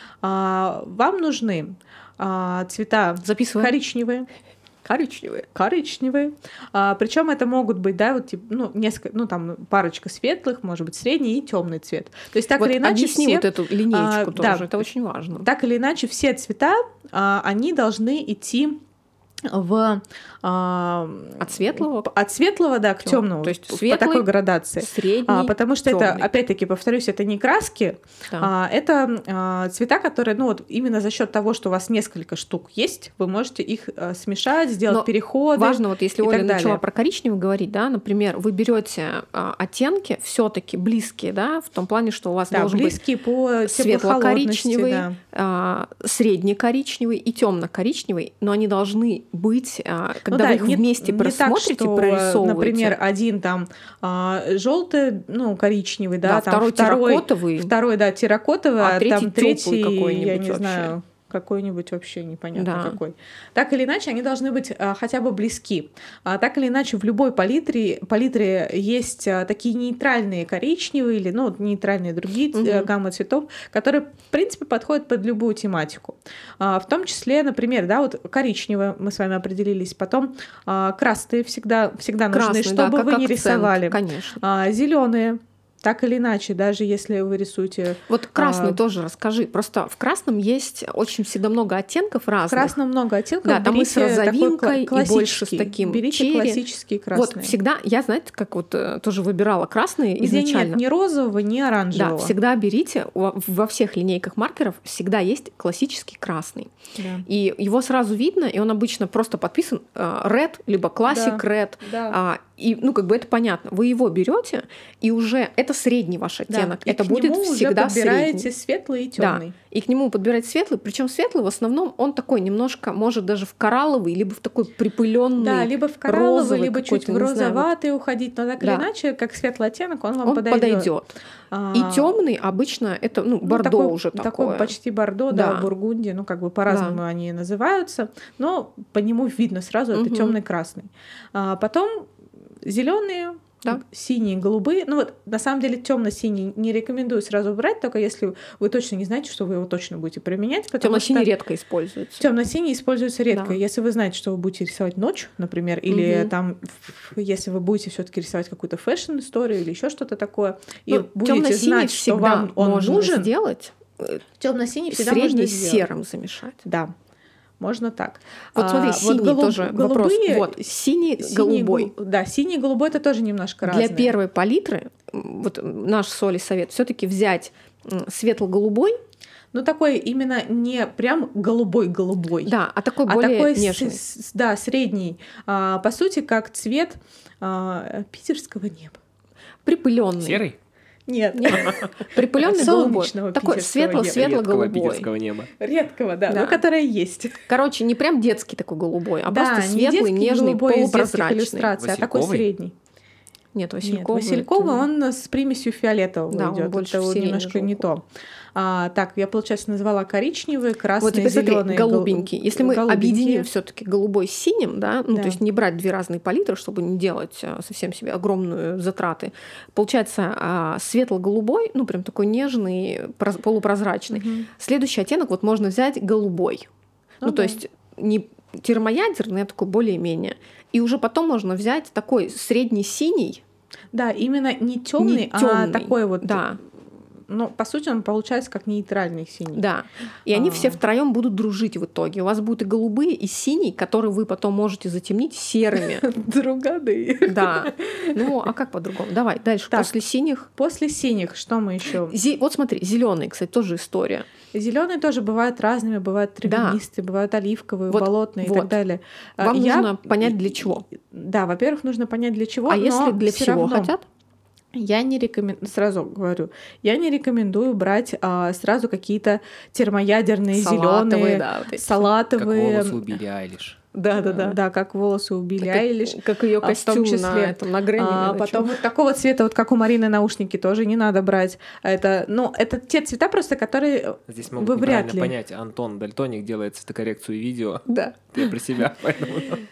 Вам нужны цвета коричневые. Коричневые. Причем это могут быть, несколько, там парочка светлых, может быть, средний и темный цвет. То есть так или иначе объясни вот эту линейку тоже, это очень важно. Так или иначе все цвета, они должны идти От светлого? От светлого, да, к темному. То есть по такой градации. Средний, потому что тёмный. Это, опять-таки, повторюсь, это не краски, это цвета, которые, именно за счет того, что у вас несколько штук есть, вы можете их смешать, сделать переходы. Важно, вот если Оля начала про коричневый говорить, да, например, вы берете оттенки все-таки близкие, да, в том плане, что у вас должен близкие быть по светло-коричневый, средне-коричневый и темно-коричневый, но они должны быть, когда вы их вместе просмотрите, прорисовываете. Например, один там желтый, коричневый, да, там второй терракотовый, терракотовый, а третий какой-нибудь я не вообще. Знаю. Какой-нибудь вообще непонятно какой. Так или иначе, они должны быть хотя бы близки. Так или иначе, в любой палитре есть такие нейтральные коричневые или нейтральные другие гаммы цветов, которые, в принципе, подходят под любую тематику. В том числе, например, да, вот коричневые мы с вами определились, потом красные всегда нужны, чтобы вы не рисовали. Конечно. Зеленые. Так или иначе, даже если вы рисуете... Вот красный тоже расскажи. Просто в красном есть очень всегда много оттенков разных. В красном много оттенков. Да, там и с розовинкой, и больше с таким берите черри. Классические красные. Вот всегда, я, знаете, как вот тоже выбирала красные где изначально. Нет ни розового, ни оранжевого. Да, всегда берите, во всех линейках маркеров всегда есть классический красный. Да. И его сразу видно, и он обычно просто подписан Red, либо Classic Red. Да. И, это понятно. Вы его берете, и уже это средний ваш оттенок. Да. Это будет всегда уже подбираете средний. Светлый и темный. Да. И к нему подбирать светлый. Причем светлый в основном он такой немножко, может даже в коралловый, либо в такой припыленный. Да, либо в коралловый, либо чуть в розоватый уходить. Но так или иначе, как светлый оттенок, он вам подойдет. И темный обычно это бордо такой, уже такое. Такой почти бордо, да, бургундия, по-разному они называются, но по нему видно сразу, это темный красный. Потом зеленые, синие, голубые. На самом деле темно-синий не рекомендую сразу брать, только если вы точно не знаете, что вы его точно будете применять. Темно-синий редко используется. Темно-синий используется редко. Да. Если вы знаете, что вы будете рисовать ночь, например, или там, если вы будете все-таки рисовать какую-то фэшн-историю или еще что-то такое, и будете знать, что вам он нужен, сделать. Темно-синий всегда средний можно с серым замешать. Да. Можно так. Вот смотри, синий тоже вопрос. Вот, синий-голубой. Да, синий-голубой это тоже немножко разное. Для первой палитры, вот наш с Олей совет, все-таки взять светло-голубой. Такой именно не прям голубой-голубой. Да, а такой более такой нежный. Да, средний. По сути, как цвет питерского неба. Припыленный. Серый? Нет. Припыленный голубой. Такой светло-светло-голубой. Питерского неба. Редкого, да, но которое есть. Короче, не прям детский такой голубой, а просто светлый, нежный, полупрозрачный. А такой средний. Нет, Василькова. Василькова, он с примесью фиолетового идет. Он больше это немножко не то. Так, я, получается, назвала коричневые, красные, зеленые, голубенькие. Если мы объединим все-таки голубой с синим, да, то есть не брать две разные палитры, чтобы не делать совсем себе огромные затраты, получается светло-голубой, прям такой нежный, полупрозрачный. Следующий оттенок вот можно взять голубой. То есть не термоядерный, а такой более-менее. И уже потом можно взять такой средний синий. Да, именно не темный, а такой вот. Да. По сути, он получается как нейтральный синий. Да. И они все втроем будут дружить в итоге. У вас будут и голубые, и синий, которые вы потом можете затемнить серыми. Друганы. Да. А как по-другому? Давай дальше. После синих. После синих что мы еще? Вот смотри, зеленые, кстати, тоже история. Зеленые тоже бывают разными, бывают травянистые, бывают оливковые, болотные и так далее. Вам нужно понять, для чего. Да, во-первых, нужно понять, для чего. А если для всего хотят? Я не рекомендую, сразу говорю, я не рекомендую брать сразу какие-то термоядерные зеленые, салатовые. Как волосы у Билли Айлиш. Да, как волосы у Билли Айлиш. Как ее костюм на Грэмми. Потом вот такого цвета, вот как у Марины наушники, тоже не надо брать. Это те цвета просто, которые здесь могут неправильно понять. Антон Дальтоник делает цветокоррекцию видео. Да. Я про себя, поэтому...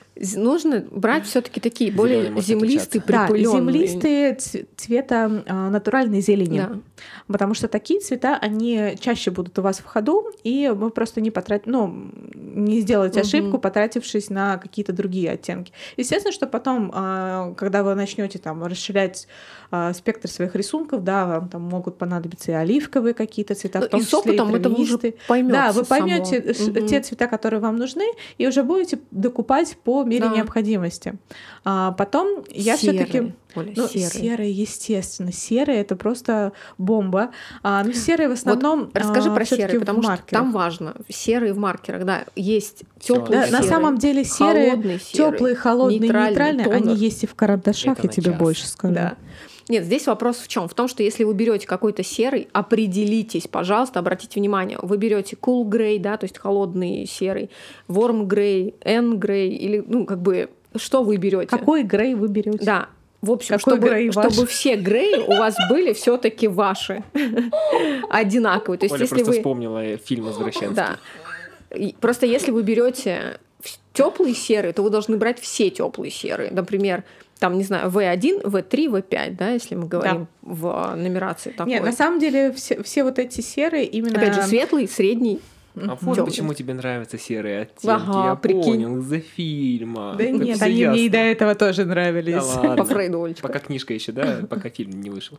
Нужно брать все-таки такие более землистые, припыленные. Да, землистые цвета натуральной зелени. Да. Потому что такие цвета, они чаще будут у вас в ходу, и вы просто не потратите, не сделать ошибку, потратившись на какие-то другие оттенки. Естественно, что потом, когда вы начнете там расширять спектр своих рисунков, да, вам там могут понадобиться и оливковые какие-то цвета, в том числе и травянистые. Это вы уже поймёте. Да, вы поймете те цвета, которые вам нужны, и уже будете докупать по мере необходимости. Потом я все-таки серые, естественно, серые это просто бомба. Но серые в основном. Вот расскажи про серые, потому что там важно. Серые в маркерах, да, есть теплые серые. На самом деле серые, теплые, холодные, нейтральные, они есть и в карандашах, я тебе больше скажу. Да. Нет, здесь вопрос в чем? В том, что если вы берете какой-то серый, определитесь, пожалуйста, обратите внимание, вы берете cool grey, да, то есть холодный серый, warm grey, N grey, или, что вы берете? Какой грей вы берете? Да. В общем, чтобы все греи у вас были все-таки ваши одинаковые. То есть, Оля просто вспомнила фильм «Возвращенский». Да. Просто если вы берете теплый серый, то вы должны брать все теплые серые. Например, там, не знаю, V1, V3, V5, да, если мы говорим в нумерации такой. Нет, на самом деле все вот эти серые именно... Опять же, светлый, средний. А вот почему тебе нравятся серые оттенки. Я понял, из-за фильма. Да нет, они мне и до этого тоже нравились. Да ладно. По Фрейду, Олечка. Пока книжка еще, да? Пока фильм не вышел.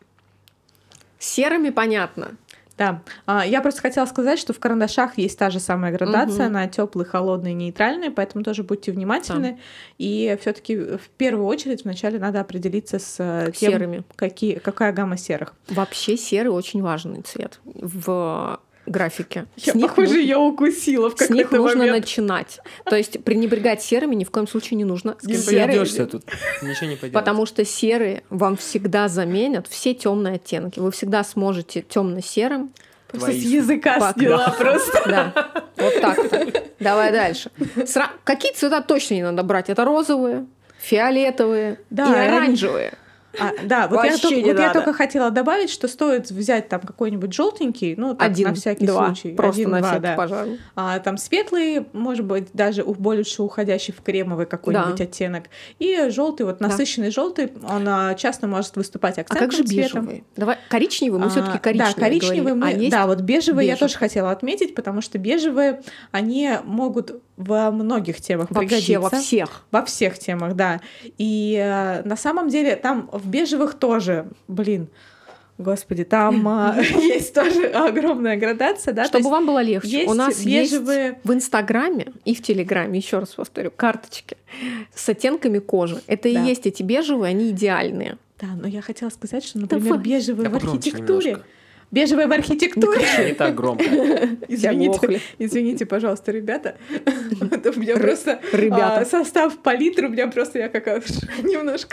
С серыми понятно. Да. Я просто хотела сказать, что в карандашах есть та же самая градация на теплые, холодные, нейтральные, поэтому тоже будьте внимательны. И все-таки в первую очередь вначале надо определиться с тем, серыми. Какая гамма серых. Вообще серый очень важный цвет в графике. Я укусила в какой-то момент. С них нужно начинать. То есть пренебрегать серыми ни в коем случае не нужно. Серые, тут ничего не поделать. Потому что серые вам всегда заменят все темные оттенки. Вы всегда сможете темно-серым. Просто с языка сняла просто. Да, вот так-то. Давай дальше. Какие цвета точно не надо брать? Это розовые, фиолетовые и оранжевые. Да, вот я только хотела добавить, что стоит взять там какой-нибудь желтенький, на всякий случай. Просто на всякий, пожалуй. Там светлый, может быть, даже больше уходящий в кремовый какой-нибудь оттенок. И желтый, вот насыщенный желтый, он часто может выступать акцентным цветом. А как же бежевый? Давай коричневый, мы все-таки коричневый. Да, коричневый мы. Да, вот бежевый я тоже хотела отметить, потому что бежевые, они могут во многих темах пригодиться. Вообще во всех темах, да. И на самом деле там в бежевых тоже, господи, там есть тоже огромная градация, да. Чтобы вам было легче, у нас бежевые... есть в Инстаграме и в Телеграме, еще раз повторю, карточки с оттенками кожи. Это и есть эти бежевые, они идеальные. Да, но я хотела сказать, что, например, бежевые в архитектуре... Бежевая в архитектуре. Не так громко. Извините, пожалуйста, ребята. У меня просто состав палитры, у меня просто я как немножко...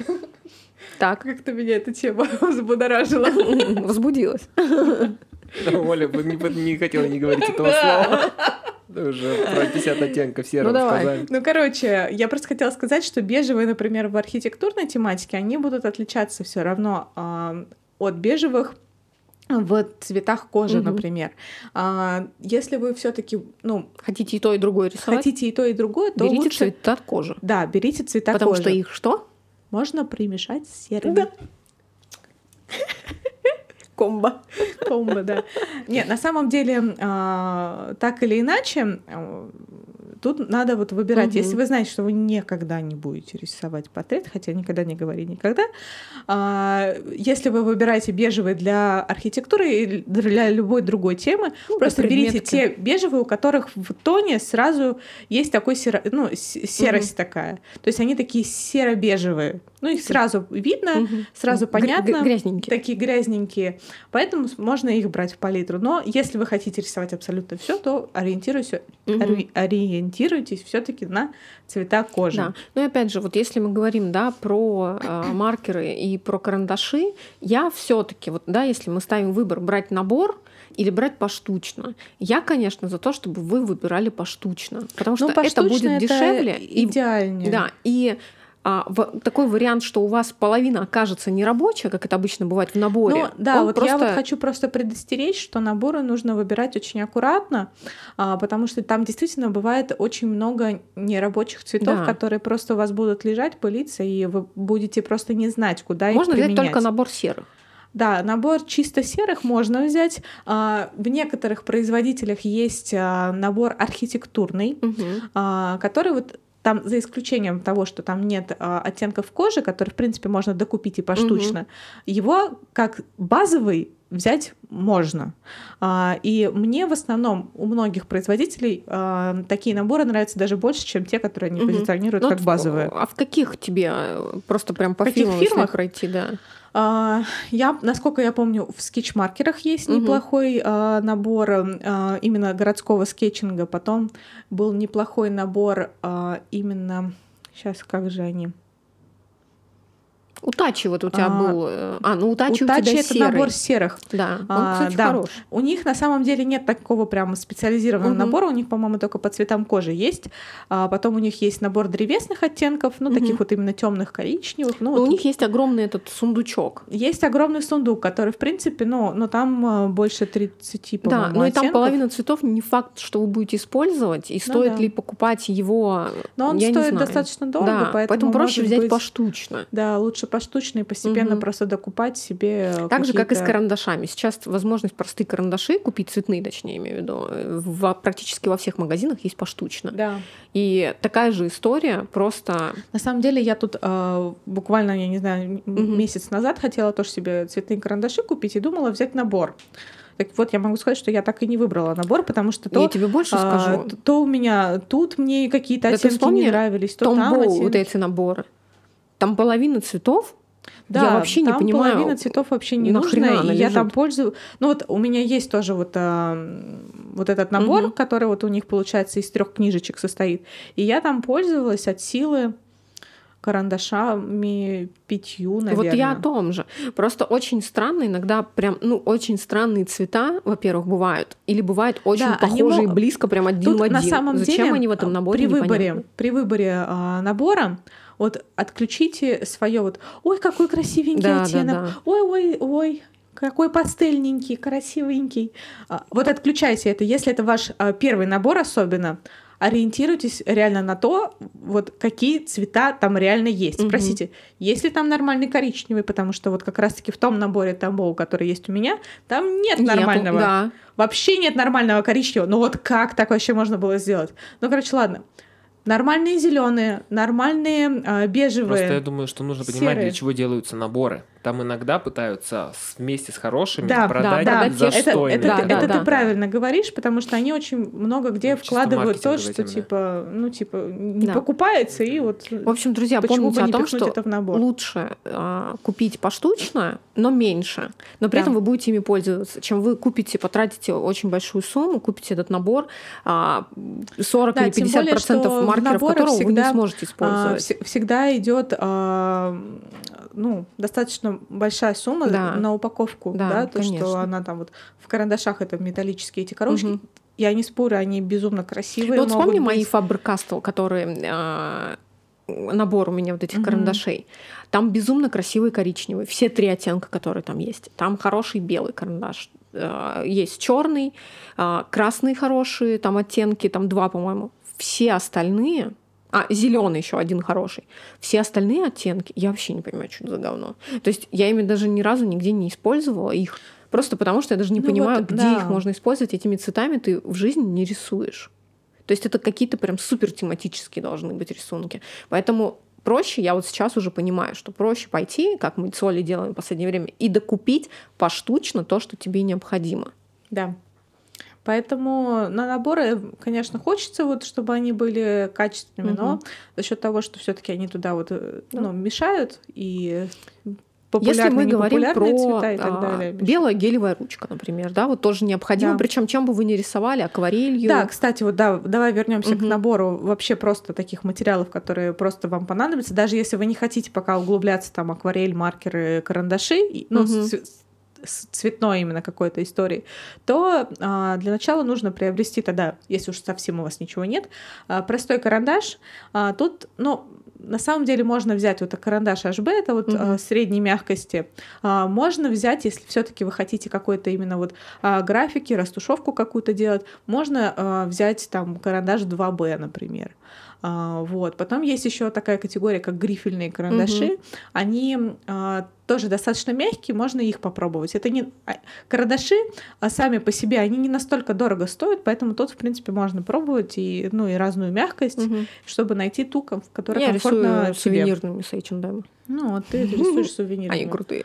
Так. Как-то меня эта тема взбудоражила. Возбудилась. Оля не хотела не говорить этого слова. Уже про 50 оттенков серого сказали. Короче, я просто хотела сказать, что бежевые, например, в архитектурной тематике, они будут отличаться все равно от бежевых в цветах кожи, например. Если вы все-таки, хотите и то, и другое рисовать, то берите лучше... цвета кожи. Да, берите цвета кожи. Потому что их что? Можно примешать с серыми. Да. Комбо, да. Нет, на самом деле, так или иначе, тут надо вот выбирать. Если вы знаете, что вы никогда не будете рисовать портрет, хотя никогда не говори никогда, если вы выбираете бежевый для архитектуры или для любой другой темы, просто берите те бежевые, у которых в тоне сразу есть такой серость такая. То есть они такие серо-бежевые. Их сразу видно, сразу понятно. Грязненькие. Такие грязненькие. Поэтому можно их брать в палитру. Но если вы хотите рисовать абсолютно все, то ориентируйтесь все-таки на цвета кожи. Да. Ну и опять же, вот если мы говорим, про маркеры и про карандаши, я все-таки, если мы ставим выбор брать набор или брать поштучно, я, конечно, за то, чтобы вы выбирали поштучно, потому что это будет дешевле, идеальнее. Да, и такой вариант, что у вас половина окажется нерабочая, как это обычно бывает в наборе. Я хочу просто предостеречь, что наборы нужно выбирать очень аккуратно, потому что там действительно бывает очень много нерабочих цветов, которые просто у вас будут лежать, пылиться, и вы будете просто не знать, куда их применять. Можно взять только набор серых. Да, набор чисто серых можно взять. В некоторых производителях есть набор архитектурный, который вот там, за исключением того, что там нет оттенков кожи, которые, в принципе, можно докупить и поштучно, его как базовый взять можно. И мне в основном у многих производителей такие наборы нравятся даже больше, чем те, которые они позиционируют как базовые. А в каких тебе просто прям по фирмах пройти, да? Насколько я помню, в скетч-маркерах есть неплохой набор именно городского скетчинга. Потом был неплохой набор именно... Сейчас, как же они... У Тачи вот у тебя был... у Тачи у тебя это серый. Набор серых. Да, он, кстати, хорош. У них на самом деле нет такого прям специализированного набора, у них, по-моему, только по цветам кожи есть. Потом у них есть набор древесных оттенков, таких вот именно темных коричневых. У них есть огромный этот сундучок. Есть огромный сундук, который, в принципе, там больше 30, по-моему, оттенков. Да, и там половина цветов не факт, что вы будете использовать, и стоит ли покупать его, но он стоит достаточно дорого, поэтому проще взять поштучно. Да, лучше поштучно и постепенно просто докупать себе так же, как и с карандашами. Сейчас возможность простые карандаши купить, цветные, точнее, имею в виду, практически во всех магазинах есть поштучно. Да. И такая же история, просто... На самом деле я тут буквально, я не знаю, месяц назад хотела тоже себе цветные карандаши купить и думала взять набор. Так вот, я могу сказать, что я так и не выбрала набор, потому что я тебе больше скажу. То у меня тут мне какие-то оттенки не нравились, то там оттенки. Вот эти наборы. Там половина цветов. Да, я вообще не понимаю, половина цветов вообще не нужна, и я там пользуюсь... у меня есть тоже вот этот набор, который вот у них, получается, из 3 книжечек состоит, и я там пользовалась от силы карандашами 5, наверное. Вот я о том же. Просто очень странно иногда прям, очень странные цвета, во-первых, бывают, или бывают очень похожие, близко прям один в один. На самом Зачем деле, они в этом наборе, при выборе набора вот отключите свое ой, какой красивенький оттенок, ой, какой пастельненький, красивенький. Вот отключайте это. Если это ваш первый набор особенно, ориентируйтесь реально на то, вот какие цвета там реально есть. Спросите, есть ли там нормальный коричневый, потому что вот как раз-таки в том наборе Tombow, который есть у меня, там нет нормального. Да. Вообще нет нормального коричневого. Вот как так вообще можно было сделать? Ладно. Нормальные зеленые, нормальные бежевые. Просто я думаю, что нужно понимать, для чего делаются наборы. Там иногда пытаются вместе с хорошими продать застойные. Это ты правильно говоришь, потому что они очень много где вкладывают то, что не покупается, и вот. В общем, друзья, помните о том, что лучше купить поштучно, но меньше. Но при этом вы будете ими пользоваться. Чем вы купите, потратите очень большую сумму, купите этот набор, 40 или 50% маркеров, которого вы не сможете использовать. Всегда идет достаточно большая сумма на упаковку, то, что она там вот в карандашах, это металлические эти коробочки. Я не спорю, они безумно красивые. Вот вспомни мои Faber-Castell, которые набор у меня вот этих карандашей. Там безумно красивый коричневый. Все 3 оттенка, которые там есть. Там хороший белый карандаш. Есть черный, красный хорошие, там оттенки, там 2, по-моему. Все остальные... зеленый еще один хороший. Все остальные оттенки, я вообще не понимаю, что это за говно. То есть я ими даже ни разу нигде не использовала их, просто потому что я даже не понимаю, где их можно использовать. Этими цветами ты в жизни не рисуешь. То есть это какие-то прям супер тематические должны быть рисунки. Поэтому проще, я вот сейчас уже понимаю, что проще пойти, как мы с Олей делаем в последнее время, и докупить поштучно то, что тебе необходимо. Да. Поэтому на наборы, конечно, хочется, чтобы они были качественными, но за счет того, что все-таки они туда мешают и если мы говорим про цвета и так далее. Белая гелевая ручка, например, вот тоже необходимо, причем чем бы вы ни рисовали, акварелью. Да, кстати, давай вернемся к набору вообще просто таких материалов, которые просто вам понадобятся, даже если вы не хотите пока углубляться там акварель, маркеры, карандаши, с цветной именно какой-то истории, то для начала нужно приобрести тогда, если уж совсем у вас ничего нет, простой карандаш. Тут, на самом деле можно взять вот карандаш HB, это вот средней мягкости. Можно взять, если все-таки вы хотите какой-то именно вот графики, растушевку какую-то делать, можно взять там карандаш 2B, например. Вот. Потом есть еще такая категория, как грифельные карандаши. Они тоже достаточно мягкие, можно их попробовать. Это не карандаши, сами по себе они не настолько дорого стоят, поэтому тут, в принципе, можно пробовать и разную мягкость, чтобы найти ту, которая комфортна рисую сувенирными с H&M. Ну, вот ты рисуешь сувенирами. Они крутые.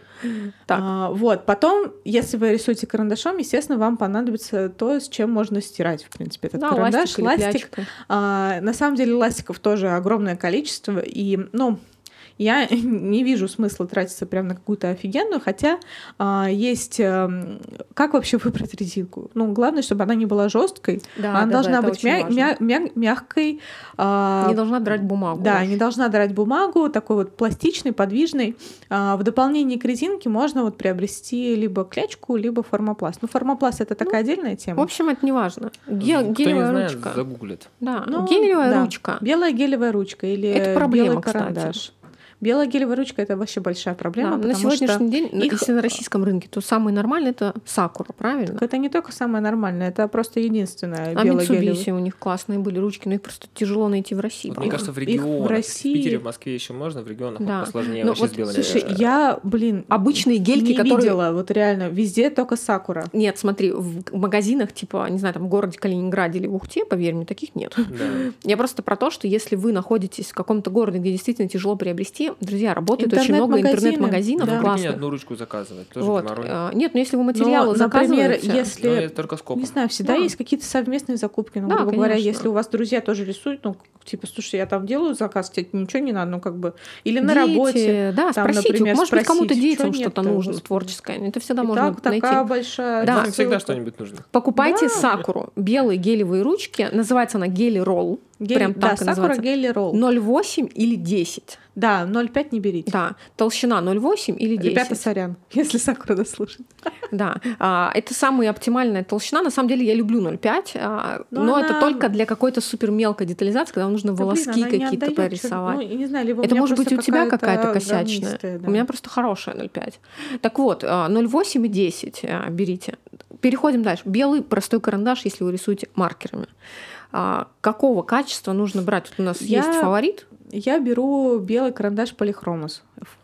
Вот. Потом, если вы рисуете карандашом, естественно, вам понадобится то, с чем можно стирать, в принципе, этот карандаш. Ластик. На самом деле ластиков тоже огромное количество, и, я не вижу смысла тратиться прям на какую-то офигенную, хотя есть... Как вообще выбрать резинку? Главное, чтобы она не была жесткой, она должна быть мягкой. Не должна драть бумагу. Да, не должна драть бумагу, такой вот пластичный, подвижный. В дополнение к резинке можно вот приобрести либо клетчку, либо формопласт. Формопласт — это такая отдельная тема. В общем, это не важно. Гелевая ручка. Загуглит. Да, гелевая ручка. Белая гелевая ручка или это проблема, белый карандаш. Кстати. Белая гелевая ручка — это вообще большая проблема. На сегодняшний день, если на российском рынке, то самый нормальный — это Sakura, правильно? Так это не только самое нормальное, это просто единственная белая гелевая. А Mitsubishi у них классные были ручки, но их просто тяжело найти в России. Мне кажется, в регионах. В Питере, в Москве еще можно, в регионах посложнее вообще с белыми. Слушай, я, обычные гельки, не видела, вот реально, везде только Sakura. Нет, смотри, в магазинах, типа, не знаю, там в городе Калининграде или в Ухте, поверь мне, таких нет. Я просто про то, что если вы находитесь в каком-то городе, где действительно тяжело приобрести, друзья, работают очень много интернет-магазинов классных. Одну ручку заказывать, тоже Нет, но если вы материалы заказываете... Например, если... только скопом. Не знаю, всегда есть какие-то совместные закупки. Грубо говоря, если у вас друзья тоже рисуют, типа, слушай, я там делаю заказ, тебе ничего не надо, или на работе. Да, там, спросите, например, может быть, кому-то детям что-то нужно творческое. Это всегда можно найти. Такая большая... Да, всегда что-нибудь нужно. Покупайте Sakura, белые гелевые ручки, называется она гели-ролл. Прям так и называется. Sakura гели-ролл. 0,8 или 10. Да, 0,5 не берите. Да, толщина 0,8 или 10. Ребята, сорян, если Sakura дослушает. Да, это самая оптимальная толщина. На самом деле я люблю 0,5, но это только для какой-то супер мелкой детализации, когда нужно волоски какие-то прорисовать. Не знаю, либо это может быть у тебя какая-то косячная. Да. У меня просто хорошая 0,5. Так вот, 0,8 и 10 берите. Переходим дальше. Белый простой карандаш, если вы рисуете маркерами. Какого качества нужно брать? Вот у нас есть фаворит. Я беру белый карандаш Polychromos.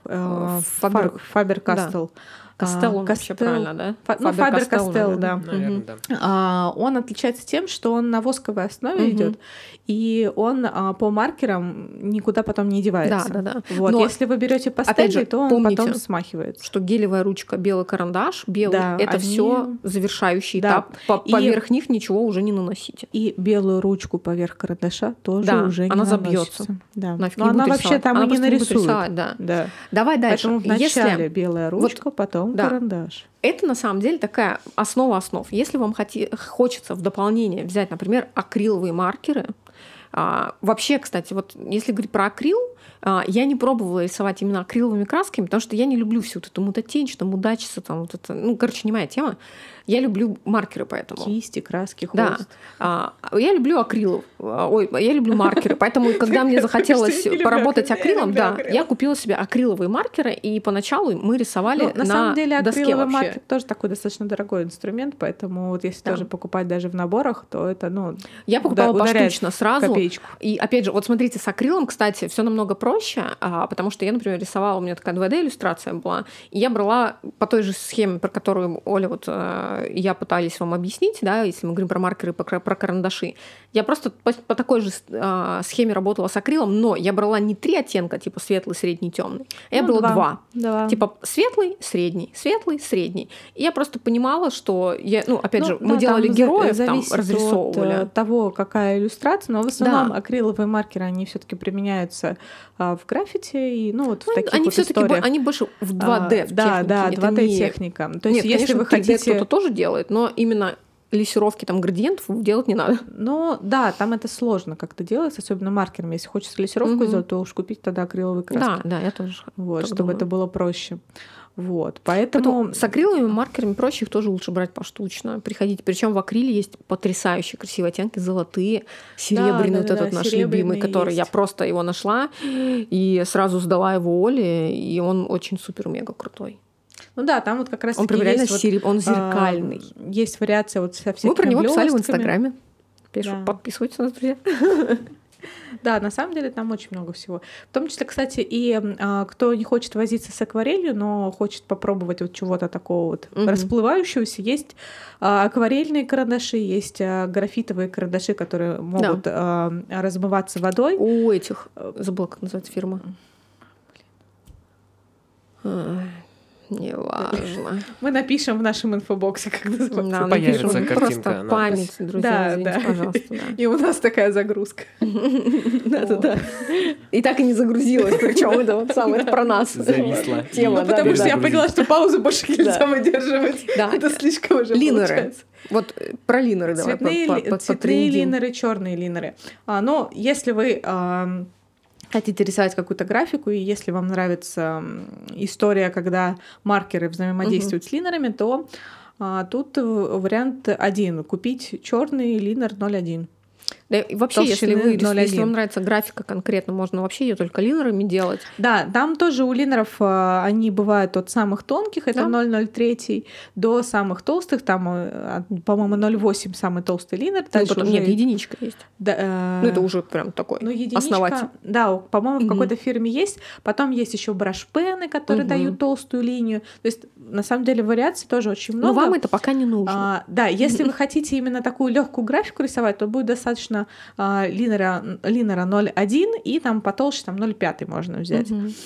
Faber-Castell. Кастелл, он вообще правильно, да? Faber-Castell, да. Наверное, да. Он отличается тем, что он на восковой основе идет, и он по маркерам никуда потом не девается. Да. Вот. Если вы берете пастель, то он потом смахивается. Что гелевая ручка, белый карандаш, белый это все завершающий этап. Поверх них ничего уже не наносите. И белую ручку поверх карандаша тоже уже не наносится. Она забьется. Да. Но она вообще там и не нарисует. Да. Давай дальше. Поэтому вначале белая ручка, потом карандаш. Это на самом деле такая основа основ. Если вам хочется в дополнение взять, например, акриловые маркеры, вообще, кстати, вот если говорить про акрил, я не пробовала рисовать именно акриловыми красками, потому что я не люблю всю вот эту мутатень, что мудачится, там вот это, не моя тема. Я люблю маркеры, поэтому. Кисти, краски, холст. Да. Я люблю акрилов. Я люблю маркеры. Поэтому, когда мне захотелось поработать акрилом, я купила себе акриловые маркеры, и поначалу мы рисовали на доске. На самом деле, акриловый вообще. маркер тоже такой достаточно дорогой инструмент, поэтому вот если тоже покупать даже в наборах, то это, я покупала поштучно сразу. Копеечку. И опять же, вот смотрите, с акрилом, кстати, все намного проще, потому что я, например, рисовала, у меня такая 2D-иллюстрация была, и я брала по той же схеме, про которую Оля я пытались вам объяснить, да, если мы говорим про маркеры, про карандаши. Я просто по такой же схеме работала с акрилом, но я брала не 3 оттенка, типа светлый, средний, темный. Я брала 2. Типа светлый, средний, светлый, средний. И я просто понимала, что мы делали героев, там разрисовывали. От того, какая иллюстрация, но в основном акриловые маркеры, они все-таки применяются в граффити и в таких они вот все-таки историях. Они больше в 2D в технике. Да, 2D-техника. То есть, если вы хотите... кто-то тоже делает, но именно лессировки там градиентов делать не надо. Там это сложно как-то делать, особенно маркерами. Если хочется лессировку сделать, то уж купить тогда акриловый краски. Да, я тоже. Вот, чтобы это было проще. Вот, поэтому... С акриловыми маркерами проще, их тоже лучше брать поштучно. Приходите. Причем в акриле есть потрясающие красивые оттенки, золотые, серебряный, этот наш любимый, который я просто его нашла и сразу сдала его Оле, и он очень супер-мега крутой. Ну да, там вот как раз он таки есть он зеркальный. Есть вариация вот со всякими Мы про него писали в Инстаграме. Пишу, подписывайтесь на нас, друзья. Да, на самом деле там очень много всего. В том числе, кстати, и кто не хочет возиться с акварелью, но хочет попробовать вот чего-то такого вот расплывающегося, есть акварельные карандаши, есть графитовые карандаши, которые могут размываться водой. У этих, забыла, как называется фирма. Неважно. Мы напишем в нашем инфобоксе, как называется. Да, появится картинка. Просто память, друзья, извините, пожалуйста. И у нас такая загрузка. Да. И так и не загрузилась, причем это вот самое про нас. Зависла. Тема, потому что я поняла, что паузу больше нельзя выдерживать. Это слишком уже получается. Вот про линеры давай. Цветные линеры, черные линеры. Но если вы хотите рисовать какую-то графику, и если вам нравится история, когда маркеры взаимодействуют с линерами, то тут вариант один — купить черный линер 0.1. Да, и вообще, если вам нравится графика конкретно, можно вообще ее только линерами делать. Да, там тоже у линеров они бывают от самых тонких, это 0,03, до самых толстых, там, по-моему, 0,8 самый толстый линер. Потом уже... Нет, единичка есть. Да, ну, это уже прям такой основатель. Да, по-моему, в какой-то фирме есть. Потом есть еще брашпены, которые дают толстую линию. То есть, на самом деле, вариаций тоже очень много. Но вам это пока не нужно. Да, если вы хотите именно такую легкую графику рисовать, то будет достаточно линера 0.1 и там потолще там 0.5 можно взять.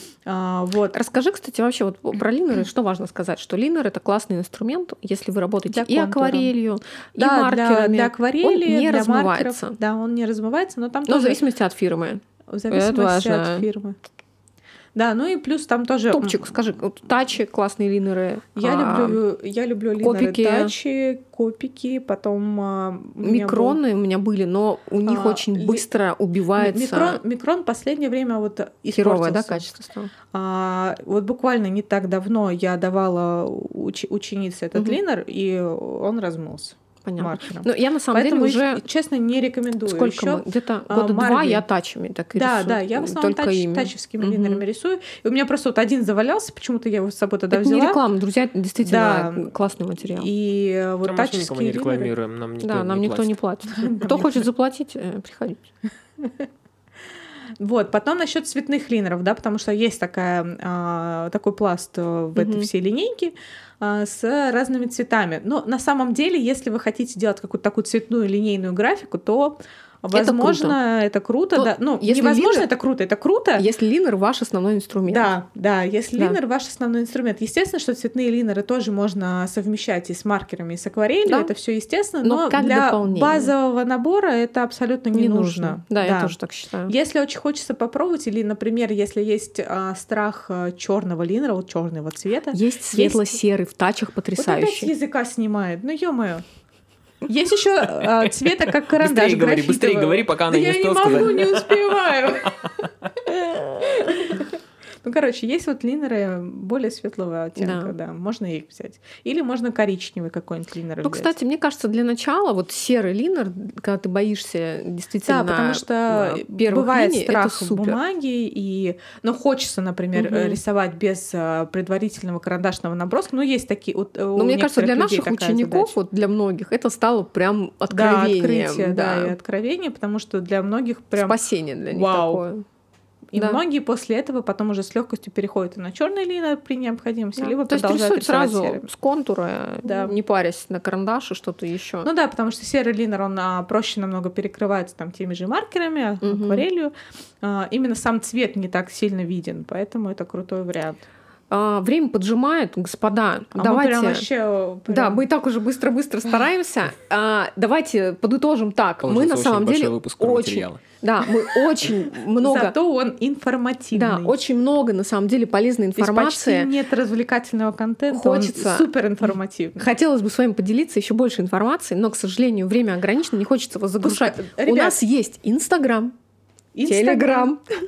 Вот. Расскажи, кстати, вообще вот про линеры, что важно сказать, что линер — это классный инструмент, если вы работаете и акварелью, и маркерами. Для акварели, он не для размывается. Маркеров. Да, он не размывается, но там тоже... в зависимости от фирмы. В зависимости от фирмы. Да, ну и плюс там тоже... Топчик, скажи, вот тачи, классные линеры. Я люблю линеры тачи, копики, потом... Микроны у меня были, но у них очень быстро убивается... Микрон в последнее время вот испортился. Херовое, да, качество стало? Вот буквально не так давно я давала ученице этот линер, и он размылся. Понятно. Но я на самом деле уже, честно, не рекомендую. Сколько где-то года два я тачами так и рисую. Да, я в основном тачевскими линерами рисую. И у меня просто вот один завалялся, почему-то я его с собой тогда взяла. Это не реклама, друзья, действительно классный материал. И вот тачевские линеры. Рекламируем, нам никто не платит. Кто хочет заплатить, приходите. Вот, потом насчет цветных линеров, да, потому что есть такой пласт в этой всей линейке с разными цветами. Но на самом деле, если вы хотите делать какую-то такую цветную линейную графику, то возможно, это круто. Да. Ну, невозможно, это круто. Если линер ваш основной инструмент. Да, если линер ваш основной инструмент. Естественно, что цветные линеры тоже можно совмещать и с маркерами, и с акварелью. Это все естественно, но для базового набора это абсолютно не нужно. Да, я тоже так считаю. Если очень хочется попробовать, или, например, если есть страх черного линера, вот черного цвета. Есть светло-серый в тачах потрясающий. Вот опять языка снимает. Ну, ё-моё. Есть еще цвета, как карандаш. Быстрее говори, пока она не успела сказать. Я не могу, не успеваю. Ну, короче, есть вот линеры более светлого оттенка, да, можно их взять. Или можно коричневый какой-нибудь линер взять. Ну, кстати, мне кажется, для начала вот серый линер, когда ты боишься действительно потому что бывает страх в бумаге, но хочется, например, рисовать без предварительного карандашного наброска. Ну, есть такие вот но мне кажется, для наших учеников, вот для многих, это стало прям откровением. Да, открытие, и откровение, потому что для многих прям... Спасение для них такое. И многие после этого потом уже с легкостью переходят и на черный линер при необходимости, либо то продолжают есть рисовать сразу серым. С контура, не парясь на карандаше, что-то еще. Ну да, потому что серый линер, он проще намного перекрывается там теми же маркерами, акварелью. Именно сам цвет не так сильно виден, поэтому это крутой вариант. Время поджимает, господа. Давайте. Мы прям вообще... Да, мы и так уже быстро-быстро стараемся. Давайте подытожим так. Получился мы на самом деле выпуск материала. Да, мы очень много... Зато он информативный. Да, очень много, на самом деле, полезной информации. Почти нет развлекательного контента, он супер информативный. Хотелось бы с вами поделиться еще больше информации, но, к сожалению, время ограничено, не хочется вас загружать. У нас есть Инстаграм, Телеграм.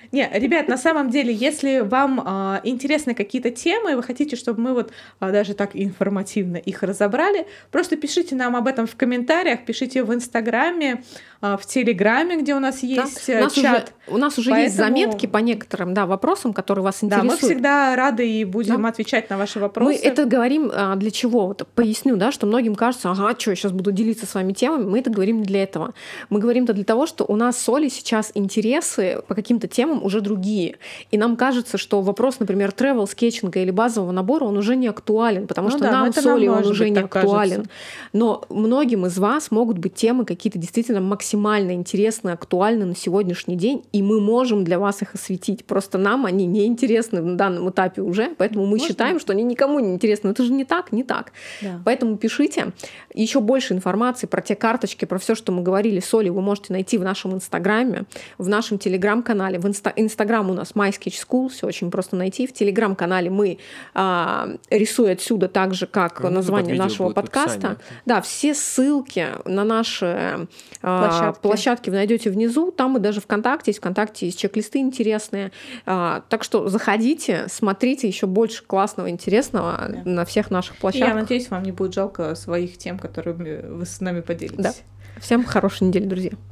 Не, ребят, на самом деле, если вам интересны какие-то темы, вы хотите, чтобы мы вот даже так информативно их разобрали, просто пишите нам об этом в комментариях, пишите в Инстаграме, в Телеграме, где у нас есть чат. У нас уже есть заметки по некоторым вопросам, которые вас интересуют. Да, мы всегда рады и будем отвечать на ваши вопросы. Мы это говорим для чего? Вот поясню, да, что многим кажется, что я сейчас буду делиться с вами темами. Мы это говорим не для этого. Мы говорим это для того, что у нас с Олей сейчас интересы по каким-то темам уже другие. И нам кажется, что вопрос, например, travel скетчинга или базового набора, он уже не актуален, потому что нам с Олей он уже не актуален. Кажется. Но многим из вас могут быть темы какие-то действительно максимально интересные, актуальны на сегодняшний день, и мы можем для вас их осветить. Просто нам они не интересны на данном этапе уже, поэтому мы считаем, что они никому не интересны. Но это же не так, не так. Да. Поэтому пишите. Еще больше информации про те карточки, про все, что мы говорили с Олей, вы можете найти в нашем Инстаграме, в нашем Телеграм-канале. В Инстаграм у нас My Sketch School, все очень просто найти. В Телеграм-канале мы рисуем отсюда так же, как название нашего подкаста. Да, все ссылки на наши площадки вы найдете внизу. Там и даже ВКонтакте есть чек-листы интересные. Так что заходите, смотрите еще больше классного, интересного на всех наших площадках. Я надеюсь, вам не будет жалко своих тем, которые вы с нами поделитесь. Да. Всем хорошей недели, друзья.